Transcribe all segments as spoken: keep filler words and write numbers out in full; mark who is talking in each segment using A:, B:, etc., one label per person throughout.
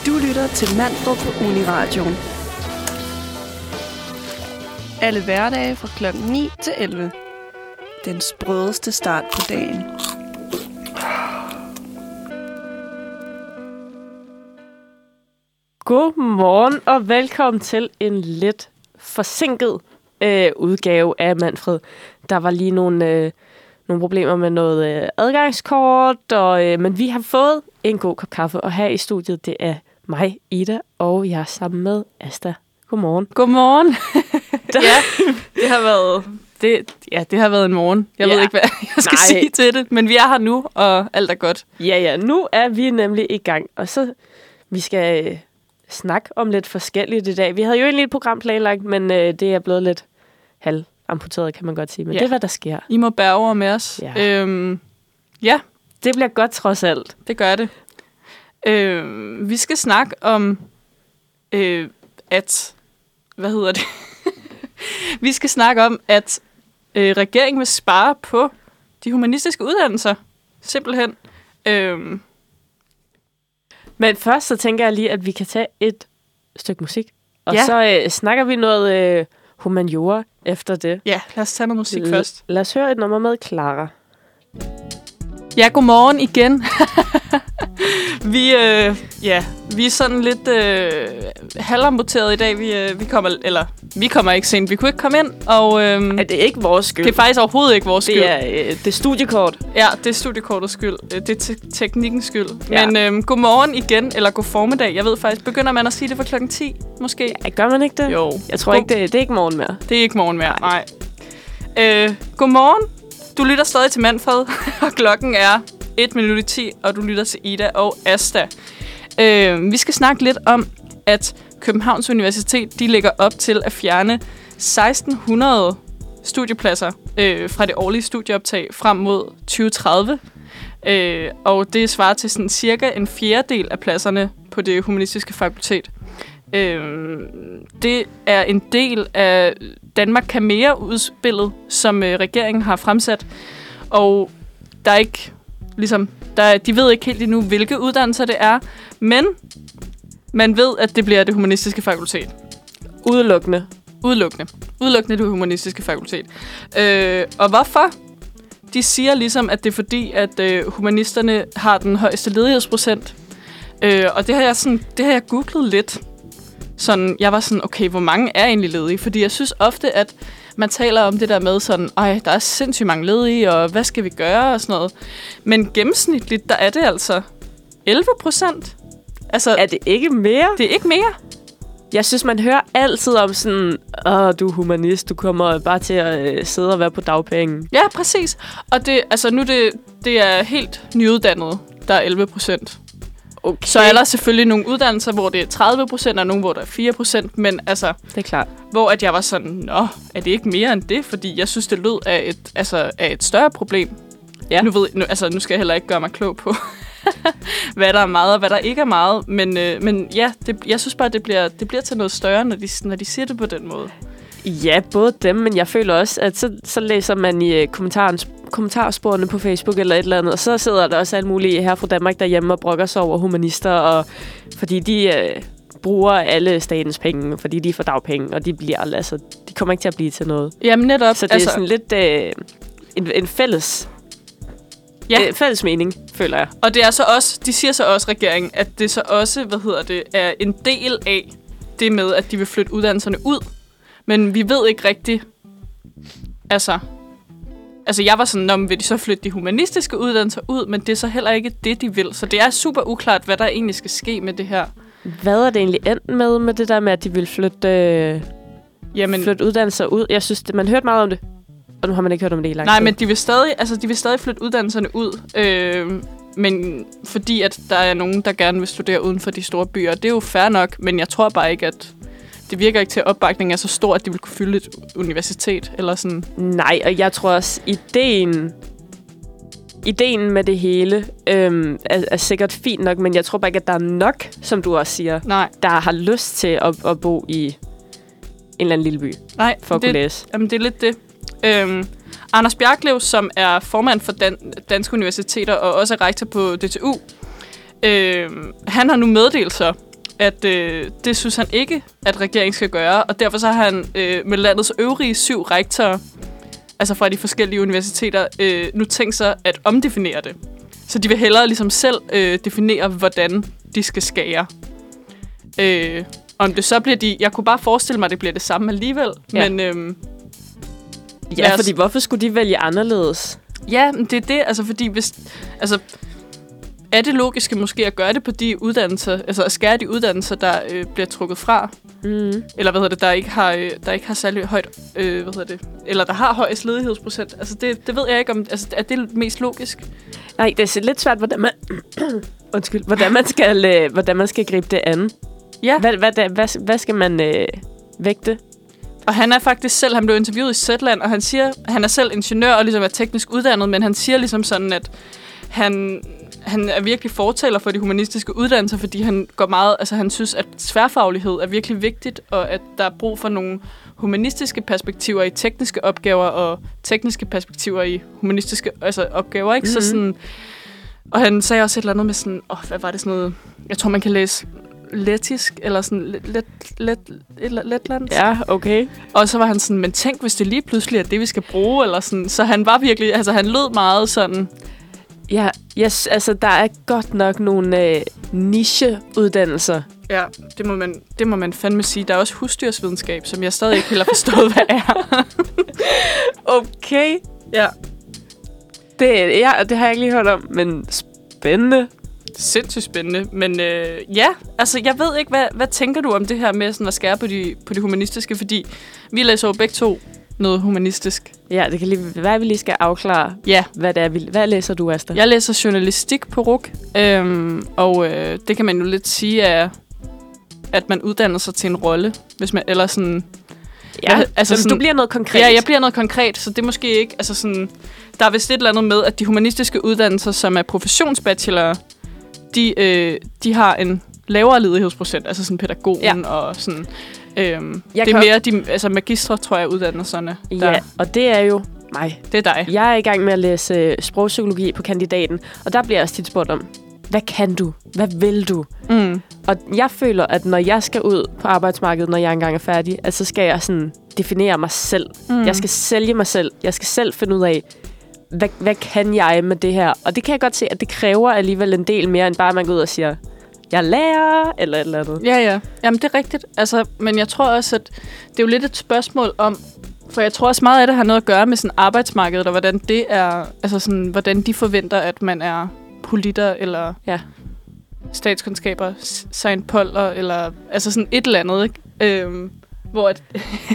A: Du lytter til Manfred på Uniradioen. Alle hverdage fra klokken ni til elleve. Den sprødeste start på dagen.
B: Godmorgen og velkommen til en lidt forsinket øh, udgave af Manfred. Der var lige nogle, øh, nogle problemer med noget øh, adgangskort, og, øh, men vi har fået en god kop kaffe. Og her i studiet, det er mig, Ida, og jeg er sammen med Asta. Godmorgen.
C: Godmorgen. Ja, det har været det, ja, det har været en morgen. Jeg ja. ved ikke, hvad jeg skal Nej. sige til det, men vi er her nu, og alt er godt.
B: Ja, ja, nu er vi nemlig i gang, og så vi skal øh, snakke om lidt forskelligt i dag. Vi havde jo egentlig et program planlagt, men øh, det er blevet lidt halvamputeret, kan man godt sige. Men ja. det er, hvad der sker.
C: I må bære over med os. Ja. Øhm, ja.
B: Det bliver godt trods alt.
C: Det gør det. Øh, vi skal snakke om, øh, at... Hvad hedder det? Vi skal snakke om, at øh, regeringen vil spare på de humanistiske uddannelser. Simpelthen. Øhm.
B: Men først så tænker jeg lige, at vi kan tage et stykke musik. Og
C: ja.
B: så øh, snakker vi noget øh, humaniora efter det.
C: Ja, lad os tage noget musik L- først.
B: Lad os høre et nummer med Clara.
C: Ja, godmorgen igen. vi, øh, ja, vi er sådan lidt øh, halvamputeret i dag. Vi, øh, vi kommer, eller vi kommer ikke sent. Vi kunne ikke komme ind, og øh,
B: er det ikke vores skyld?
C: Det er faktisk overhovedet ikke vores skyld.
B: Det er øh, det er studiekort.
C: Ja, det er studiekortets skyld. Det er te- teknikkens skyld. Ja. Men øh, godmorgen igen, eller god formiddag. Jeg ved faktisk, begynder man at sige det for klokken ti, måske?
B: Ja, gør man ikke det?
C: Jo.
B: Jeg tror ikke, det, det er ikke morgen mere.
C: Det er ikke morgen mere, nej. nej. Øh, godmorgen. Du lytter stadig til Manfred, og klokken er et minut i ti, og du lytter til Ida og Asta. Øh, vi skal snakke lidt om, at Københavns Universitet de lægger op til at fjerne seksten hundrede studiepladser øh, fra det årlige studieoptag frem mod tyve tredive. Øh, og det svarer til sådan cirka en fjerdedel af pladserne på det humanistiske fakultet. Øh, det er en del af Danmark kan mere-udspillet, som øh, regeringen har fremsat. Og der er ikke, ligesom, der er, de ved ikke helt endnu, hvilke uddannelser det er, men man ved, at det bliver det humanistiske fakultet.
B: Udelukkende.
C: Udelukkende. Udelukkende det humanistiske fakultet. Øh, og hvorfor? De siger ligesom, at det er fordi, at øh, humanisterne har den højeste ledighedsprocent. Øh, og det har jeg sådan, det har jeg googlet lidt. Sådan, jeg var sådan, okay, hvor mange er egentlig ledige? Fordi jeg synes ofte, at man taler om det der med sådan, ej, der er sindssygt mange ledige, og hvad skal vi gøre, og sådan noget. Men gennemsnitligt, der er det altså elleve procent. Altså,
B: er det ikke mere?
C: Det er ikke mere.
B: Jeg synes, man hører altid om sådan, åh, du er humanist, du kommer bare til at øh, sidde og være på dagpenge.
C: Ja, præcis. Og det, altså, nu det, det er helt nyuddannede, der er elleve procent. Okay. Så er der selvfølgelig nogle uddannelser, hvor det er tredive procent, og nogle, hvor der er fire procent, men altså...
B: Det er klart.
C: Hvor at jeg var sådan, nå, er det ikke mere end det? Fordi jeg synes, det lød af et, altså, af et større problem. Ja. Nu, ved, nu, altså, nu skal jeg heller ikke gøre mig klog på, hvad der er meget og hvad der ikke er meget. Men, øh, men ja, det, jeg synes bare, det bliver, det bliver til noget større, når de, når de siger det på den måde.
B: Ja, både dem, men jeg føler også, at så, så læser man i kommentaren, kommentarsporene på Facebook eller et eller andet, og så sidder der også alle mulige her fra Danmark derhjemme og brokker sig over humanister, og fordi de øh, bruger alle statens penge, fordi de får dagpenge, og de bliver altså, de kommer ikke til at blive til noget.
C: Jamen netop.
B: Så det altså, er sådan lidt øh, en, en fælles, ja. øh, fælles mening, føler jeg.
C: Og det er så også, de siger så også, regeringen, at det så også, hvad hedder det, er en del af det med, at de vil flytte uddannelserne ud. Men vi ved ikke rigtigt, altså, altså jeg var sådan, om vil de så flytte de humanistiske uddannelser ud, men det er så heller ikke det, de vil. Så det er super uklart, hvad der egentlig skal ske med det her.
B: Hvad er det egentlig endt med, med det der med, at de vil flytte, øh, Jamen, flytte uddannelser ud? Jeg synes, det, man hørte meget om det, og nu har man ikke hørt om det i lang
C: Nej,
B: tid.
C: men de vil stadig, altså, de vil stadig flytte uddannelserne ud, øh, men fordi at der er nogen, der gerne vil studere uden for de store byer. Det er jo fair nok, men jeg tror bare ikke, at det virker ikke til, at opbakningen er så stor, at de vil kunne fylde et universitet, eller sådan.
B: Nej, og jeg tror også, ideen, ideen med det hele øhm, er, er sikkert fint nok, men jeg tror bare ikke, at der er nok, som du også siger,
C: Nej.
B: der har lyst til at, at bo i en eller anden lille by.
C: Nej,
B: for at
C: det,
B: kunne læse.
C: Jamen, det er lidt det. Øhm, Anders Bjarklev, som er formand for Dan- Danske Universiteter og også er rektor på D T U, øhm, han har nu meddelt sig, at øh, det synes han ikke, at regeringen skal gøre, og derfor så har han øh, med landets øvrige syv rektorer, altså fra de forskellige universiteter, øh, nu tænkt sig at omdefinere det. Så de vil hellere ligesom selv øh, definere, hvordan de skal skære. Øh, om det så bliver de... Jeg kunne bare forestille mig, at det bliver det samme alligevel,
B: Ja.
C: men... Øh,
B: Ja, fordi hvorfor skulle de vælge anderledes?
C: Ja, men det er det, altså fordi hvis... Altså, er det logiske måske at gøre det på de uddannelser, altså at skære de uddannelser, der øh, bliver trukket fra?
B: Mm.
C: Eller hvad hedder det, der ikke har, øh, der ikke har særlig højt, øh, hvad hedder det, eller der har højest ledighedsprocent. Altså det, det ved jeg ikke om, altså er det mest logisk?
B: Nej, det er lidt svært, hvordan man, undskyld, hvordan man skal, øh, hvordan man skal gribe det an.
C: Ja.
B: Hvad, hvad, hvad, hvad, hvad skal man øh, vægte?
C: Og han er faktisk selv, han blev interviewet i Zetland, og han siger, han er selv ingeniør og ligesom er teknisk uddannet, men han siger ligesom sådan, at han, han er virkelig fortaler for de humanistiske uddannelser, fordi han går meget, altså han synes, at tværfaglighed er virkelig vigtigt, og at der er brug for nogle humanistiske perspektiver i tekniske opgaver, og tekniske perspektiver i humanistiske altså opgaver, ikke? Mm-hmm. Så sådan, og han sagde også et eller andet med sådan, åh, oh, hvad var det sådan noget, jeg tror, man kan læse lettisk, eller sådan let, let, let, let, letlandsk.
B: Ja, okay.
C: Og så var han sådan, men tænk, hvis det lige pludselig er det, vi skal bruge, eller sådan. Så han var virkelig, altså han lød meget sådan...
B: Ja, yes, altså der er godt nok nogle øh, niche-uddannelser.
C: Ja, det må, man, det må man fandme sige. Der er også husdyrsvidenskab, som jeg stadig ikke helt har forstået, hvad er.
B: Okay.
C: Ja.
B: Det, ja, det har jeg ikke lige hørt om, men spændende.
C: Sindssygt spændende. Men øh, ja, altså jeg ved ikke, hvad, hvad tænker du om det her med sådan at skære på de, på de humanistiske? Fordi vi læser jo begge to noget humanistisk.
B: Ja, det kan lige være, at vi lige skal afklare,
C: ja.
B: hvad det er. Vi, hvad læser du, Asta?
C: Jeg læser journalistik på R U C, øhm, og øh, det kan man jo lidt sige, er, at man uddanner sig til en rolle, hvis man, eller sådan...
B: Ja,
C: hvad, altså sådan,
B: du bliver noget konkret.
C: Ja, jeg bliver noget konkret, så det er måske ikke... Altså sådan, der er vist et eller andet med, at de humanistiske uddannelser, som er professionsbachelorer, de, øh, de har en lavere ledighedsprocent, altså sådan pædagogen ja. og sådan... Øhm, det er mere de altså magistre, tror jeg, uddannelserne. Der.
B: Ja, og det er jo mig.
C: Det er dig.
B: Jeg er i gang med at læse øh, sprogpsykologi på kandidaten, og der bliver jeg også tit spurgt om, hvad kan du? Hvad vil du?
C: Mm.
B: Og jeg føler, at når jeg skal ud på arbejdsmarkedet, når jeg engang er færdig, at så skal jeg sådan definere mig selv. Mm. Jeg skal sælge mig selv. Jeg skal selv finde ud af, hvad, hvad kan jeg med det her? Og det kan jeg godt se, at det kræver alligevel en del mere, end bare at man går ud og siger, jeg er lærer, eller et eller andet.
C: Ja, ja. Jamen, det er rigtigt. Altså, men jeg tror også, at det er jo lidt et spørgsmål om, for jeg tror også meget af det har noget at gøre med sådan arbejdsmarkedet, og hvordan det er, altså sådan, hvordan de forventer, at man er politer, eller
B: ja.
C: statskundskaber, scientologer, eller altså sådan et eller andet, ikke? Øhm, hvor at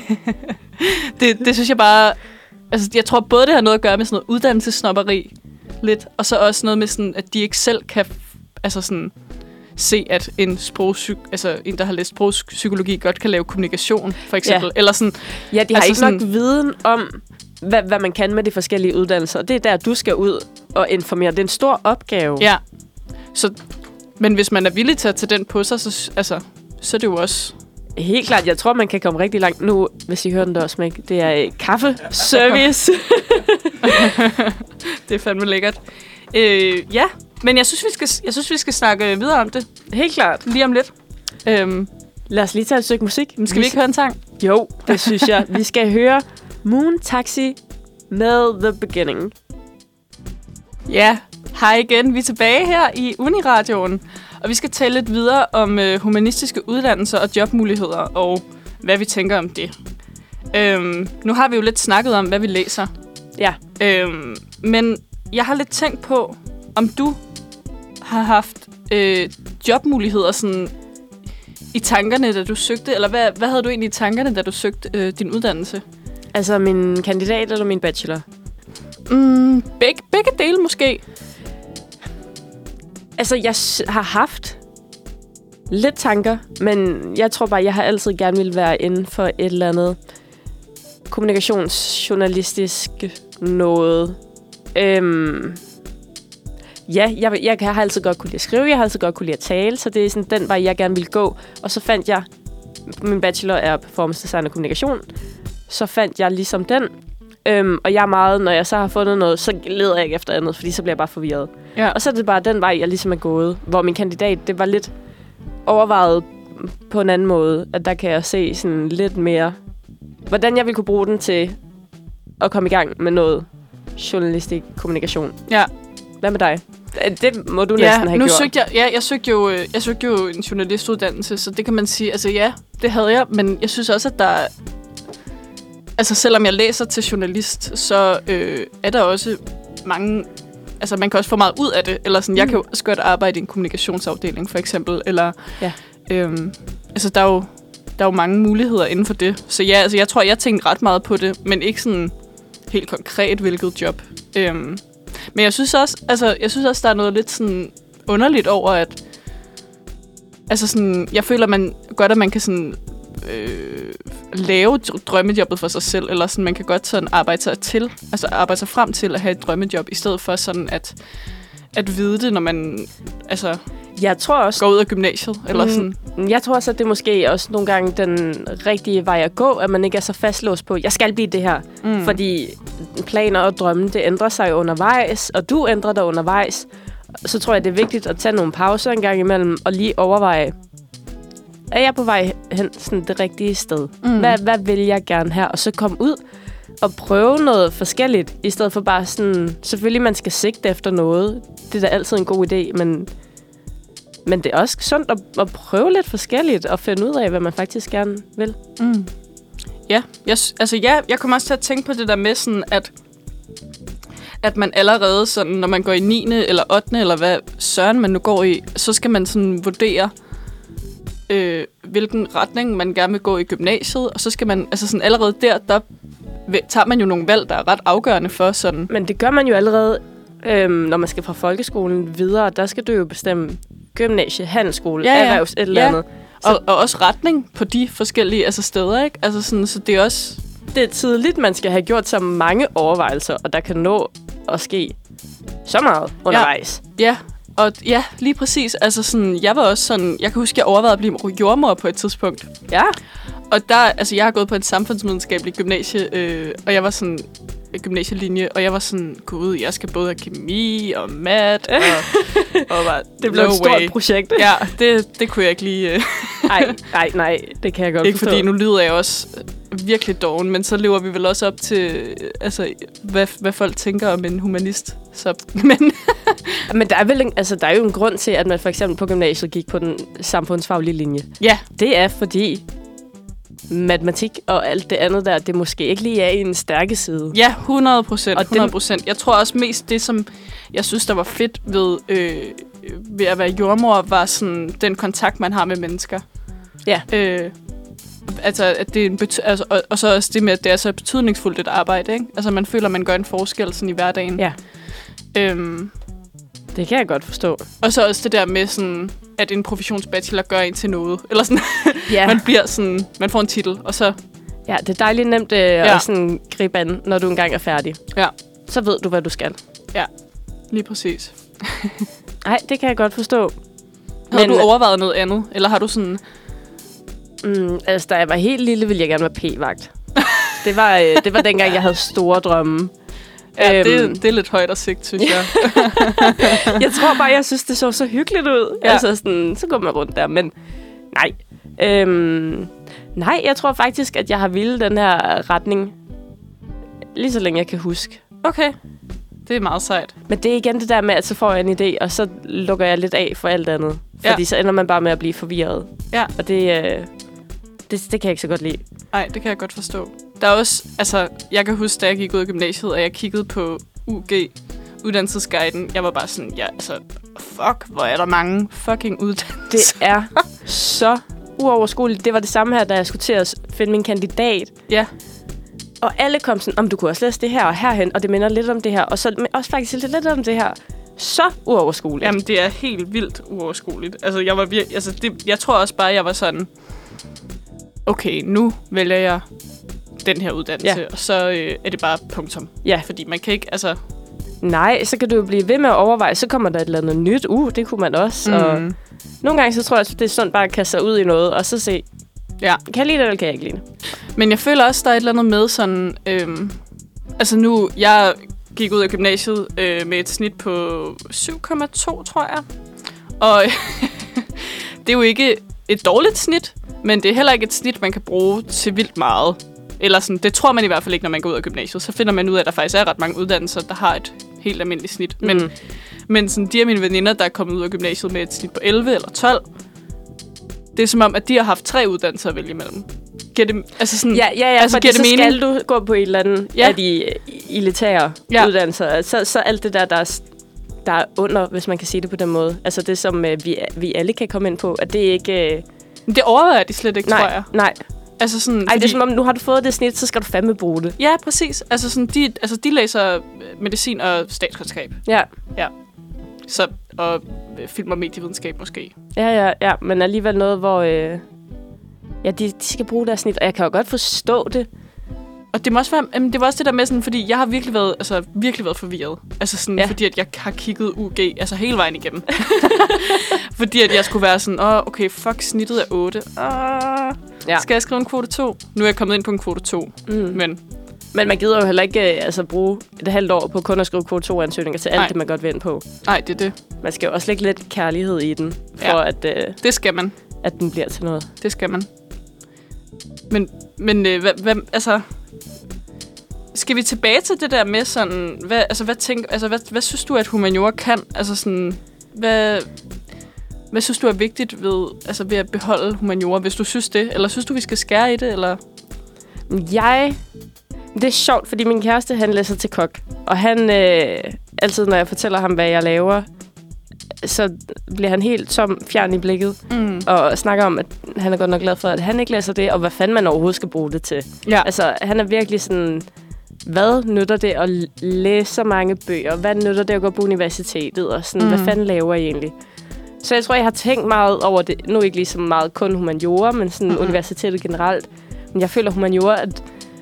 C: det, det synes jeg bare, altså jeg tror både det har noget at gøre med sådan noget uddannelsessnobberi lidt, og så også noget med sådan, at de ikke selv kan, altså sådan, se, at en sprogpsyk, altså en, der har læst sprogpsykologi, godt kan lave kommunikation, for eksempel. Ja. Eller sådan,
B: ja, de har
C: altså
B: ikke
C: sådan,
B: nok viden om, hvad, hvad man kan med de forskellige uddannelser. Og det er der, du skal ud og informere. Det er en stor opgave.
C: Ja. Så, men hvis man er villig til at tage den på sig, så, altså, så er det jo også...
B: Helt klart. Jeg tror, man kan komme rigtig langt nu, hvis I hører den der også, Meg. Det er øh, kaffeservice.
C: Det er fandme lækkert. Øh, ja, men jeg synes, vi skal, jeg synes, vi skal snakke videre om det.
B: Helt klart.
C: Lige om lidt. Øhm,
B: Lad os lige tage et stykke musik.
C: Men skal vi ikke høre en sang?
B: Jo, det synes jeg. Vi skal høre Moon Taxi med The Beginning.
C: Ja, hej igen. Vi er tilbage her i Uniradioen. Og vi skal tale lidt videre om øh, humanistiske uddannelser og jobmuligheder, og hvad vi tænker om det. Øhm, nu har vi jo lidt snakket om, hvad vi læser.
B: Ja.
C: Øhm, men jeg har lidt tænkt på, om du har haft øh, jobmuligheder sådan i tankerne, da du søgte, eller hvad, hvad havde du egentlig i tankerne, da du søgte øh, din uddannelse?
B: Altså min kandidat eller min bachelor?
C: Mm, begge, begge dele måske.
B: Altså, jeg har haft lidt tanker, men jeg tror bare, jeg har altid gerne ville være inden for et eller andet kommunikationsjournalistisk noget. Øhm, ja, jeg, jeg har altid godt kunne lide at skrive, jeg har altid godt kunne lide at tale, så det er sådan den vej, jeg gerne ville gå. Og så fandt jeg, min bachelor er performance design og kommunikation, så fandt jeg ligesom den. Øhm, og jeg er meget, når jeg så har fundet noget, så leder jeg ikke efter andet, fordi så bliver jeg bare forvirret.
C: Ja.
B: Og så er det bare den vej, jeg ligesom er gået, hvor min kandidat, det var lidt overvejet på en anden måde, at der kan jeg se sådan lidt mere, hvordan jeg vil kunne bruge den til at komme i gang med noget journalistik kommunikation.
C: Ja.
B: Hvad med dig? Det må du
C: ja,
B: næsten have
C: nu
B: gjort.
C: Søgte jeg, ja, jeg søgte, jo, jeg søgte jo en journalistuddannelse, så det kan man sige, altså ja, det havde jeg, men jeg synes også, at der altså selvom jeg læser til journalist, så øh, er der også mange, altså man kan også få meget ud af det, eller sådan, mm. jeg kan jo også godt arbejde i en kommunikationsafdeling, for eksempel, eller,
B: ja.
C: øhm, altså der er jo, der er jo mange muligheder inden for det, så ja, altså jeg tror, jeg tænkte ret meget på det, men ikke sådan helt konkret, hvilket job. Øhm, men jeg synes også, altså jeg synes også, der er noget lidt sådan underligt over, at altså sådan, jeg føler man godt, at man kan sådan øh, lave drømmejobbet for sig selv, eller sådan, man kan godt sådan arbejde sig til, altså arbejde sig frem til at have et drømmejob, i stedet for sådan at, at vide det, når man altså
B: jeg tror også,
C: går ud af gymnasiet, eller mm, sådan.
B: Jeg tror også, at det måske også nogle gange den rigtige vej at gå, at man ikke er så fastlåst på, jeg skal blive det her, mm. fordi planer og drømme, det ændrer sig undervejs, og du ændrer dig undervejs. Så tror jeg, det er vigtigt at tage nogle pauser en gang imellem, og lige overveje, er jeg på vej hen sådan det rigtige sted? Mm. Hvad, hvad vil jeg gerne her? Og så komme ud og prøve noget forskelligt, i stedet for bare sådan, selvfølgelig man skal sigte efter noget. Det er da altid en god idé, men, men det er også sundt at, at prøve lidt forskelligt, og finde ud af, hvad man faktisk gerne vil.
C: Mm. Ja, jeg, altså ja, jeg kommer også til at tænke på det der med sådan, at at man allerede sådan, når man går i niende eller ottende eller hvad søren man nu går i, så skal man sådan vurdere, øh, hvilken retning man gerne vil gå i gymnasiet, og så skal man, altså sådan allerede der, der tager man jo nogle valg, der er ret afgørende for sådan.
B: Men det gør man jo allerede, øhm, når man skal fra folkeskolen videre, der skal du jo bestemme gymnasie, handelsskole, ja, ja. erhvervs, et eller
C: ja.
B: andet.
C: Og, og også retning på de forskellige altså steder, ikke? Altså sådan, så det er også
B: det er tidligt, man skal have gjort så mange overvejelser, og der kan nå at ske så meget undervejs.
C: Ja, ja. Og ja, lige præcis. Altså sådan, jeg var også sådan, jeg kan huske, jeg overvejede at blive jordmor på et tidspunkt.
B: Ja.
C: Og der, altså jeg har gået på en samfundsvidenskabelig gymnasie, øh, og jeg var sådan gymnasielinje, og jeg var sådan, gud, jeg skal både have kemi og mat, og, og bare,
B: det blev
C: no
B: et stort
C: way.
B: projekt.
C: Ja, det, det kunne jeg ikke lige.
B: Nej, nej, nej, det kan jeg godt
C: ikke
B: forstå.
C: Ikke fordi, nu lyder jeg også virkelig doven, men så lever vi vel også op til, altså, hvad, hvad folk tænker om en humanist. Så, men
B: men der er, vel en, altså, der er jo en grund til, at man for eksempel på gymnasiet gik på den samfundsfaglige linje.
C: Ja.
B: Det er fordi matematik og alt det andet der, det måske ikke lige er i en stærke side.
C: Ja, hundrede procent. hundrede procent. Jeg tror også mest det, som jeg synes, der var fedt ved, øh, ved at være jordmor, var sådan den kontakt, man har med mennesker.
B: Ja.
C: Øh, altså, at det er en bety- altså, og, og så også det med, at det er så betydningsfuldt et arbejde, ikke? Altså, man føler, man gør en forskel sådan i hverdagen.
B: Ja.
C: Øhm,
B: det kan jeg godt forstå.
C: Og så også det der med sådan, at en professionsbachelor gør en til noget. Eller sådan,
B: ja.
C: man bliver sådan, man får en titel, og så
B: ja, det er dejligt nemt øh, ja. at sådan gribe an, når du engang er færdig.
C: Ja.
B: Så ved du, hvad du skal.
C: Ja, lige præcis.
B: Nej, det kan jeg godt forstå.
C: Har du overvejet noget andet? Eller har du sådan
B: Mm, altså, da jeg var helt lille, ville jeg gerne være p-vagt. det, var, øh, det var dengang, jeg havde store drømme.
C: Ja, øhm, det, det er lidt højt og sigt, synes jeg.
B: jeg tror bare, jeg synes, det så så hyggeligt ud. Ja. Altså, sådan, så går man rundt der, men nej. Øhm, nej, jeg tror faktisk, at jeg har ville den her retning, lige så længe jeg kan huske.
C: Okay, det er meget sejt.
B: Men det er igen det der med, at så får jeg en idé, og så lukker jeg lidt af for alt andet. Fordi ja. så ender man bare med at blive forvirret.
C: Ja.
B: Og det, øh, det, det kan jeg ikke så godt lide.
C: Nej, det kan jeg godt forstå. Der er også, altså, jeg kan huske, da jeg gik ud af gymnasiet, og jeg kiggede på U G, uddannelsesguiden. Jeg var bare sådan, ja, altså, fuck, hvor er der mange fucking uddannelser.
B: Det er så uoverskueligt. Det var det samme her, da jeg skulle til at finde min kandidat.
C: Ja.
B: Og alle kom sådan, om du kunne også læse det her og herhen, og det minder lidt om det her, og så men også faktisk lidt, lidt om det her. Så uoverskueligt.
C: Jamen, det er helt vildt uoverskueligt. Altså, jeg var virkelig, altså, det, jeg tror også bare, jeg var sådan, okay, nu vælger jeg den her uddannelse, ja. og så øh, er det bare punktum.
B: Ja.
C: Fordi man kan ikke, altså
B: nej, så kan du jo blive ved med at overveje, så kommer der et eller andet nyt. Uh, det kunne man også. Mm. Og nogle gange, så tror jeg, at det er sådan bare at kaste sig ud i noget, og så se,
C: ja.
B: kan jeg lide det, eller kan jeg ikke lide det?
C: Men jeg føler også, der er et eller andet med sådan, øhm, altså nu, jeg gik ud af gymnasiet øh, med et snit på syv komma to, tror jeg. Og det er jo ikke et dårligt snit, men det er heller ikke et snit, man kan bruge til vildt meget. Eller sådan, det tror man i hvert fald ikke, når man går ud af gymnasiet. Så finder man ud af, at der faktisk er ret mange uddannelser, der har et helt almindeligt snit. Mm. Men, men sådan, de af mine veninder, der er kommet ud af gymnasiet med et snit på elleve eller tolv, det er som om, at de har haft tre uddannelser at vælge imellem. Giver det, altså sådan,
B: ja, ja, ja,
C: altså,
B: fordi
C: det
B: så
C: mening?
B: skal du gå på et eller andet ja. af de elitære ja. uddannelser. Så, så alt det der, der er, der er under, hvis man kan sige det på den måde. Altså det, som øh, vi, vi alle kan komme ind på, at det ikke... Øh...
C: Det overvejer de slet ikke,
B: nej,
C: tror jeg.
B: Nej,
C: altså sådan,
B: Ej,
C: fordi...
B: det er som om, nu har du fået det snit, så skal du fandme bruge det.
C: Ja, præcis. Altså, sådan, de, altså de læser medicin og statskundskab.
B: Ja.
C: Ja. Så, og film- og medievidenskab måske.
B: Ja, ja, ja. Men alligevel noget, hvor... Øh... Ja, de, de skal bruge deres snit, og jeg kan jo godt forstå det.
C: Og det må også være, jamen, det var også det der med sådan, fordi jeg har virkelig været, altså virkelig været forvirret. Altså sådan, ja. fordi at jeg har kigget U G, altså hele vejen igennem. Fordi at jeg skulle være sådan, åh, oh, okay, fuck, snittet er otte. Ah, ja. Skal jeg skrive en kvote to? Nu er jeg kommet ind på en kvote to, mm. men...
B: Men man gider jo heller ikke altså, bruge et halvt år på kun at skrive kvote to-ansøgninger til alt Nej. det, man godt vil ind på.
C: Nej, det er det.
B: Man skal jo også lægge lidt kærlighed i den, for
C: ja.
B: at, øh,
C: det skal man.
B: at den bliver til noget.
C: Det skal man. Men, men øh, hvad, hvad, altså... Skal vi tilbage til det der med sådan... Hvad, altså, hvad, tænk, altså, hvad, hvad synes du, at humaniora kan? Altså sådan... Hvad, hvad synes du er vigtigt ved, altså, ved at beholde humaniora, hvis du synes det? Eller synes du, vi skal skære i det, eller...
B: Jeg... Det er sjovt, fordi min kæreste, han læser til kok. Og han... Øh, altid, når jeg fortæller ham, hvad jeg laver... så bliver han helt som fjern i blikket, mm. og snakker om, at han er godt nok glad for, at han ikke læser det, og hvad fanden man overhovedet skal bruge det til.
C: Ja.
B: Altså, han er virkelig sådan, hvad nytter det at læse så mange bøger? Hvad nytter det at gå på universitetet? Og sådan, mm. hvad fanden laver jeg egentlig? Så jeg tror, jeg har tænkt meget over det. Nu ikke lige så meget kun humaniora, men sådan mm-hmm. universitetet generelt. Men jeg føler humaniora, at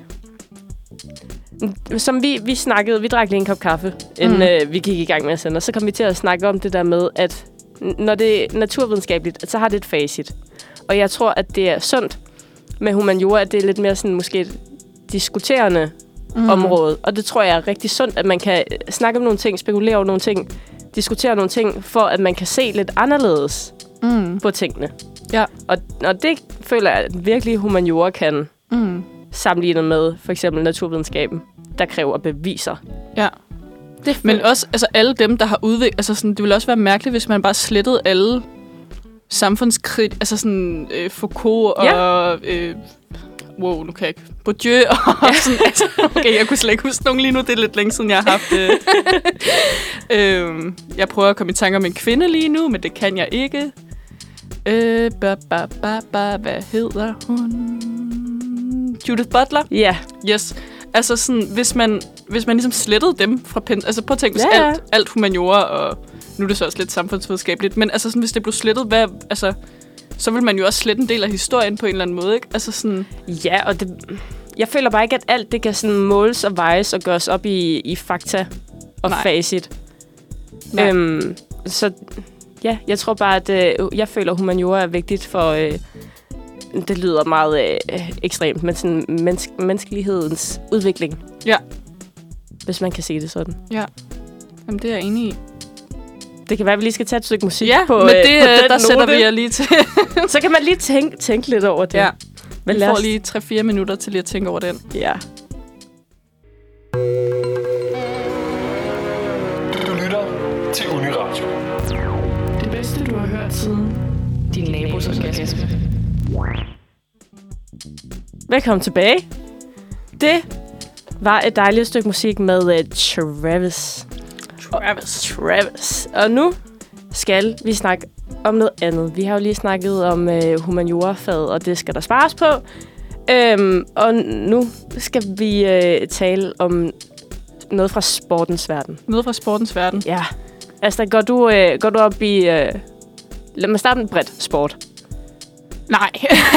B: som vi, vi snakkede, vi drak lige en kop kaffe, inden mm. øh, vi gik i gang med at sende, og så kom vi til at snakke om det der med, at når det er naturvidenskabeligt, så har det et facit. Og jeg tror, at det er sundt med humaniora, at det er lidt mere sådan måske et diskuterende mm. område. Og det tror jeg er rigtig sundt, at man kan snakke om nogle ting, spekulere over nogle ting, diskutere nogle ting, for at man kan se lidt anderledes mm. på tingene.
C: Ja. Og,
B: og det føler jeg, at virkelig humaniora kan. Mm. Sammenlignet med for eksempel naturvidenskaben, der kræver beviser.
C: Ja.
B: Det
C: Men også altså alle dem, der har udviklet... Altså sådan, det ville også være mærkeligt, hvis man bare slettede alle samfundskrit... Altså sådan øh, Foucault og... Ja. Øh, wow, nu kan jeg ikke... Bourdieu og ja. sådan... Altså, okay, jeg kunne slet ikke huske nogen lige nu. Det er lidt længe siden, jeg har haft... Øh, øh, jeg prøver at komme i tanke om en kvinde lige nu, men det kan jeg ikke. Øh, ba, ba, ba, ba, hvad hedder hun? Judith Butler?
B: Ja. Yeah.
C: Yes. Altså sådan, hvis man, hvis man ligesom slettede dem fra pen... Altså prøv at tænke, hvis yeah. alt, alt humaniora, og nu er det så også lidt samfundsvidenskabeligt, men altså sådan, hvis det blev slettet, hvad, altså, så vil man jo også slette en del af historien på en eller anden måde, ikke? Altså sådan...
B: Ja, og det... Jeg føler bare ikke, at alt det kan sådan måles og vejes og gøres op i, i fakta og Nej. facit. Nej. Øhm, så ja, jeg tror bare, at øh, jeg føler, at humaniora er vigtigt for... Øh, det lyder meget øh, ekstremt, men sådan menneske, menneskelighedens udvikling.
C: Ja.
B: Hvis man kan sige det sådan.
C: Ja. Jamen, det er jeg enig i.
B: Det kan være, at vi lige skal tage et stykke musik
C: ja,
B: på,
C: men det,
B: øh, på den
C: der
B: note.
C: sætter vi jer lige til.
B: Så kan man lige tænke, tænke lidt over det.
C: Ja.
B: Men
C: vi får lige tre fire minutter til lige at tænke over den.
B: Ja.
D: Du lytter til Uniradio.
A: Det bedste, du har hørt siden din nabos orgasme.
B: Velkommen tilbage. Det var et dejligt stykke musik med uh, Travis.
C: Travis.
B: Travis. Og nu skal vi snakke om noget andet. Vi har jo lige snakket om uh, humaniora-faget, og det skal der spares på. Um, og nu skal vi uh, tale om noget fra sportens verden.
C: Noget fra sportens verden?
B: Ja. Altså, går du, uh, går du op i... Uh, lad mig starte med bredt sport.
C: Nej.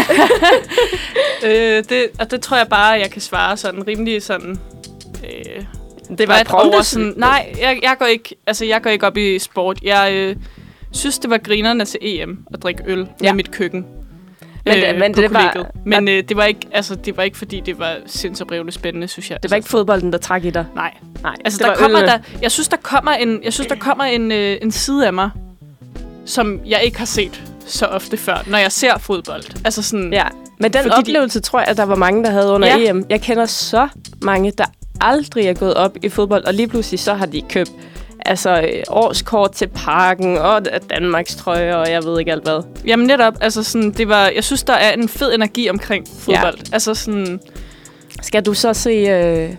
C: øh, det, og det tror jeg bare, jeg kan svare sådan rimelig sådan... Øh,
B: det var et
C: over sådan... Nej, jeg, jeg, går ikke, altså, jeg går ikke op i sport. Jeg øh, synes, det var grinerne til E M at drikke øl ja. med mit køkken.
B: Men, øh, det, men det var...
C: Men øh, det var ikke, altså, det var ikke, fordi det var sindssygt spændende, synes jeg.
B: Det var ikke fodbolden, der trak i dig?
C: Nej.
B: Nej.
C: Altså, der kommer der... Jeg synes, der kommer en, jeg synes, der kommer en, øh, en side af mig, som jeg ikke har set så ofte før, når jeg ser fodbold. Altså sådan...
B: Ja, men den oplevelse de... tror jeg, at der var mange, der havde under ja. E M. Jeg kender så mange, der aldrig er gået op i fodbold, og lige pludselig så har de købt altså øh, årskort til Parken og Danmarks trøje, og jeg ved ikke alt hvad.
C: Jamen netop, altså sådan, det var, jeg synes, der er en fed energi omkring fodbold. Ja. Altså sådan...
B: Skal du så se øh,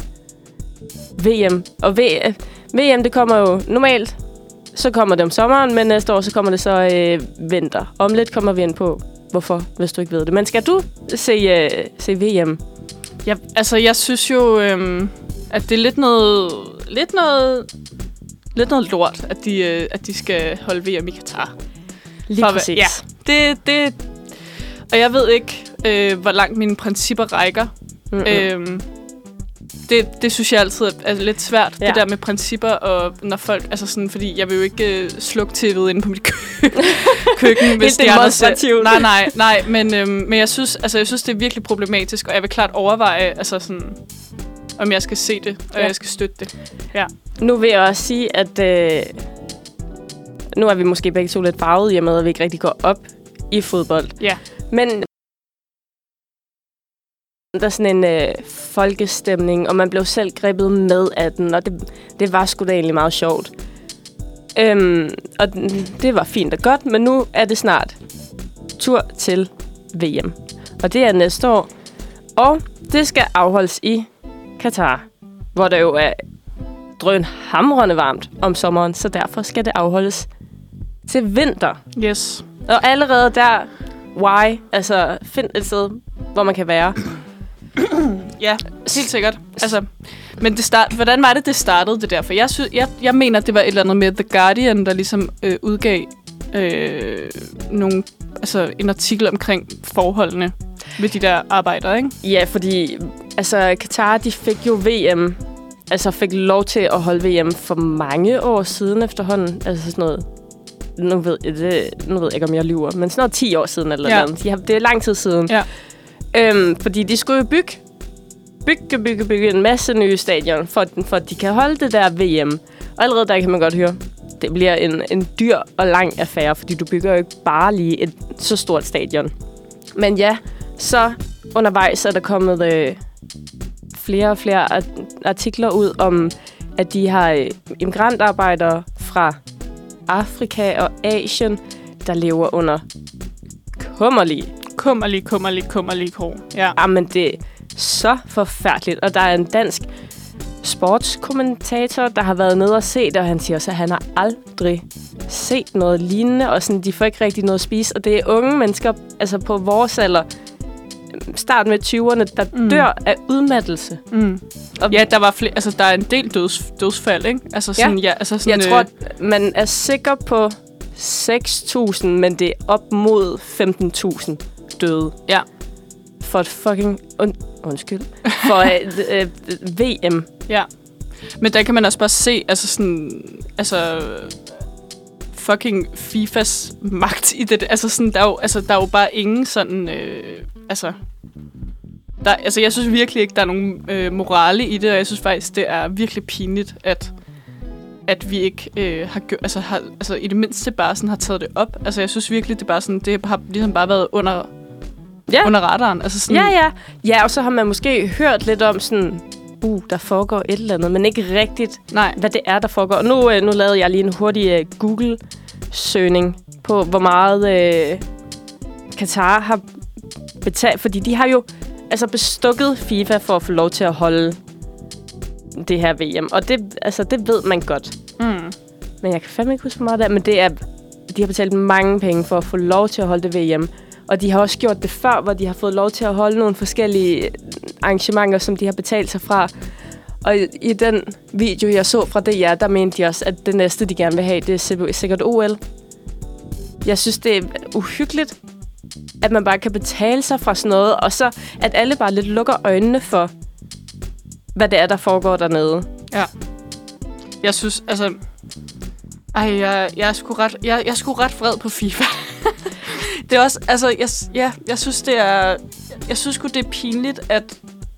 B: V M? Og v, øh, V M, det kommer jo normalt, så kommer det om sommeren, men næste år, så kommer det så øh, vinter. Om lidt kommer vi ind på, hvorfor, hvis du ikke ved det. Men skal du se, øh, se V M?
C: Ja, altså, jeg synes jo, øhm, at det er lidt noget... Lidt noget... Lidt noget lort, at de, øh, at de skal holde V M i Katar.
B: Lige For, præcis.
C: Ja, det, det... Og jeg ved ikke, øh, hvor langt mine principper rækker. Mm-hmm. Øhm, det, det synes jeg altid er lidt svært, ja. Det der med principper, og når folk... Altså sådan, fordi jeg vil jo ikke øh, slukke T V'et inde på mit kø- køkken, hvis det er demonstrativt. Nej, nej, nej, men, øhm, men jeg synes, altså, jeg synes, det er virkelig problematisk, og jeg vil klart overveje, altså sådan... om jeg skal se det, og ja. jeg skal støtte det. Ja.
B: Nu vil jeg også sige, at øh, nu er vi måske begge to lidt farvet i og med, at vi ikke rigtig går op i fodbold.
C: Ja.
B: Men der er sådan en øh, folkestemning, og man blev selv grebet med af den, og det, det var sgu da egentlig meget sjovt. Øhm, og det var fint og godt, men nu er det snart tur til V M. Og det er næste år, og det skal afholdes i Katar, hvor der jo er drønhamrende varmt om sommeren, så derfor skal det afholdes til vinter.
C: Yes.
B: Og allerede der, why? Altså, find et sted, hvor man kan være.
C: Ja, helt sikkert. Altså, men det start, hvordan var det, det startede det der? For jeg, synes, jeg, jeg mener, det var et eller andet med The Guardian, der ligesom øh, udgav øh, nogle, altså, en artikel omkring forholdene ved de der arbejdere, ikke?
B: Ja, fordi altså, Katar, de fik jo V M, altså fik lov til at holde V M for mange år siden efterhånden. Altså sådan noget, nu ved jeg, det, nu ved jeg ikke, om jeg lyver, men sådan noget ti år siden eller
C: ja.
B: noget. De har, det er lang tid siden.
C: Ja.
B: Øhm, fordi de skulle jo bygge, bygge, bygge, bygge en masse nye stadion, for, for at de kan holde det der V M. Og allerede der kan man godt høre, det bliver en, en dyr og lang affære, fordi du bygger jo ikke bare lige et så stort stadion. Men ja, så undervejs er der kommet øh, flere og flere artikler ud om, at de har øh, immigrantarbejdere fra Afrika og Asien, der lever under kummerlige.
C: Kummerlige, kummerlige, kummerlige kår. Ja.
B: Jamen, det er så forfærdeligt. Og der er en dansk sportskommentator, der har været nede og set det, og han siger også, at han har aldrig set noget lignende, og sådan, de får ikke rigtig noget at spise. Og det er unge mennesker, altså på vores alder, start med tyverne, der mm. dør af udmattelse.
C: Mm. Og ja, der var flere, altså der er en del døds, dødsfald, ikke? Altså sådan, ja. Ja, altså sådan,
B: jeg tror, at man er sikker på seks tusind, men det er op mod femten tusind døde.
C: Ja.
B: For et fucking und, undskyld for et øh, V M.
C: Ja. Men der kan man også bare se, altså sådan, altså fucking FIFAs magt i det. Altså sådan, der er jo, altså der er jo bare ingen sådan, øh, altså. Der, altså, jeg synes virkelig ikke, der er nogen øh, morale i det, og jeg synes faktisk, det er virkelig pinligt, at, at vi ikke øh, har, gjort, altså, har altså, i det mindste bare sådan har taget det op. Altså, jeg synes virkelig, det, bare sådan, det har ligesom bare været under, ja. under radaren. Altså, sådan,
B: ja, ja. Ja, og så har man måske hørt lidt om sådan, uh, der foregår et eller andet, men ikke rigtigt,
C: nej.
B: Hvad det er, der foregår. Og nu, øh, nu lavede jeg lige en hurtig øh, Google-søgning på, hvor meget øh, Katar har betalt, fordi de har jo altså bestukket FIFA for at få lov til at holde det her V M. Og det, altså, det ved man godt.
C: Mm.
B: Men jeg kan fandme ikke huske, hvor meget det er. Men det er, de har betalt mange penge for at få lov til at holde det V M. Og de har også gjort det før, hvor de har fået lov til at holde nogle forskellige arrangementer, som de har betalt sig fra. Og i, i den video, jeg så fra D R, der mente de også, at det næste, de gerne vil have, det er sikkert O L. Jeg synes, det er uhyggeligt, at man bare kan betale sig fra sådan noget, og så at alle bare lidt lukker øjnene for, hvad det er, der foregår dernede.
C: Ja. Jeg synes, altså... Ej, jeg, jeg er sgu ret, jeg, jeg er sgu ret vred på FIFA. Det er også, altså, jeg, ja, jeg synes, det er... Jeg synes sgu, det er pinligt, at,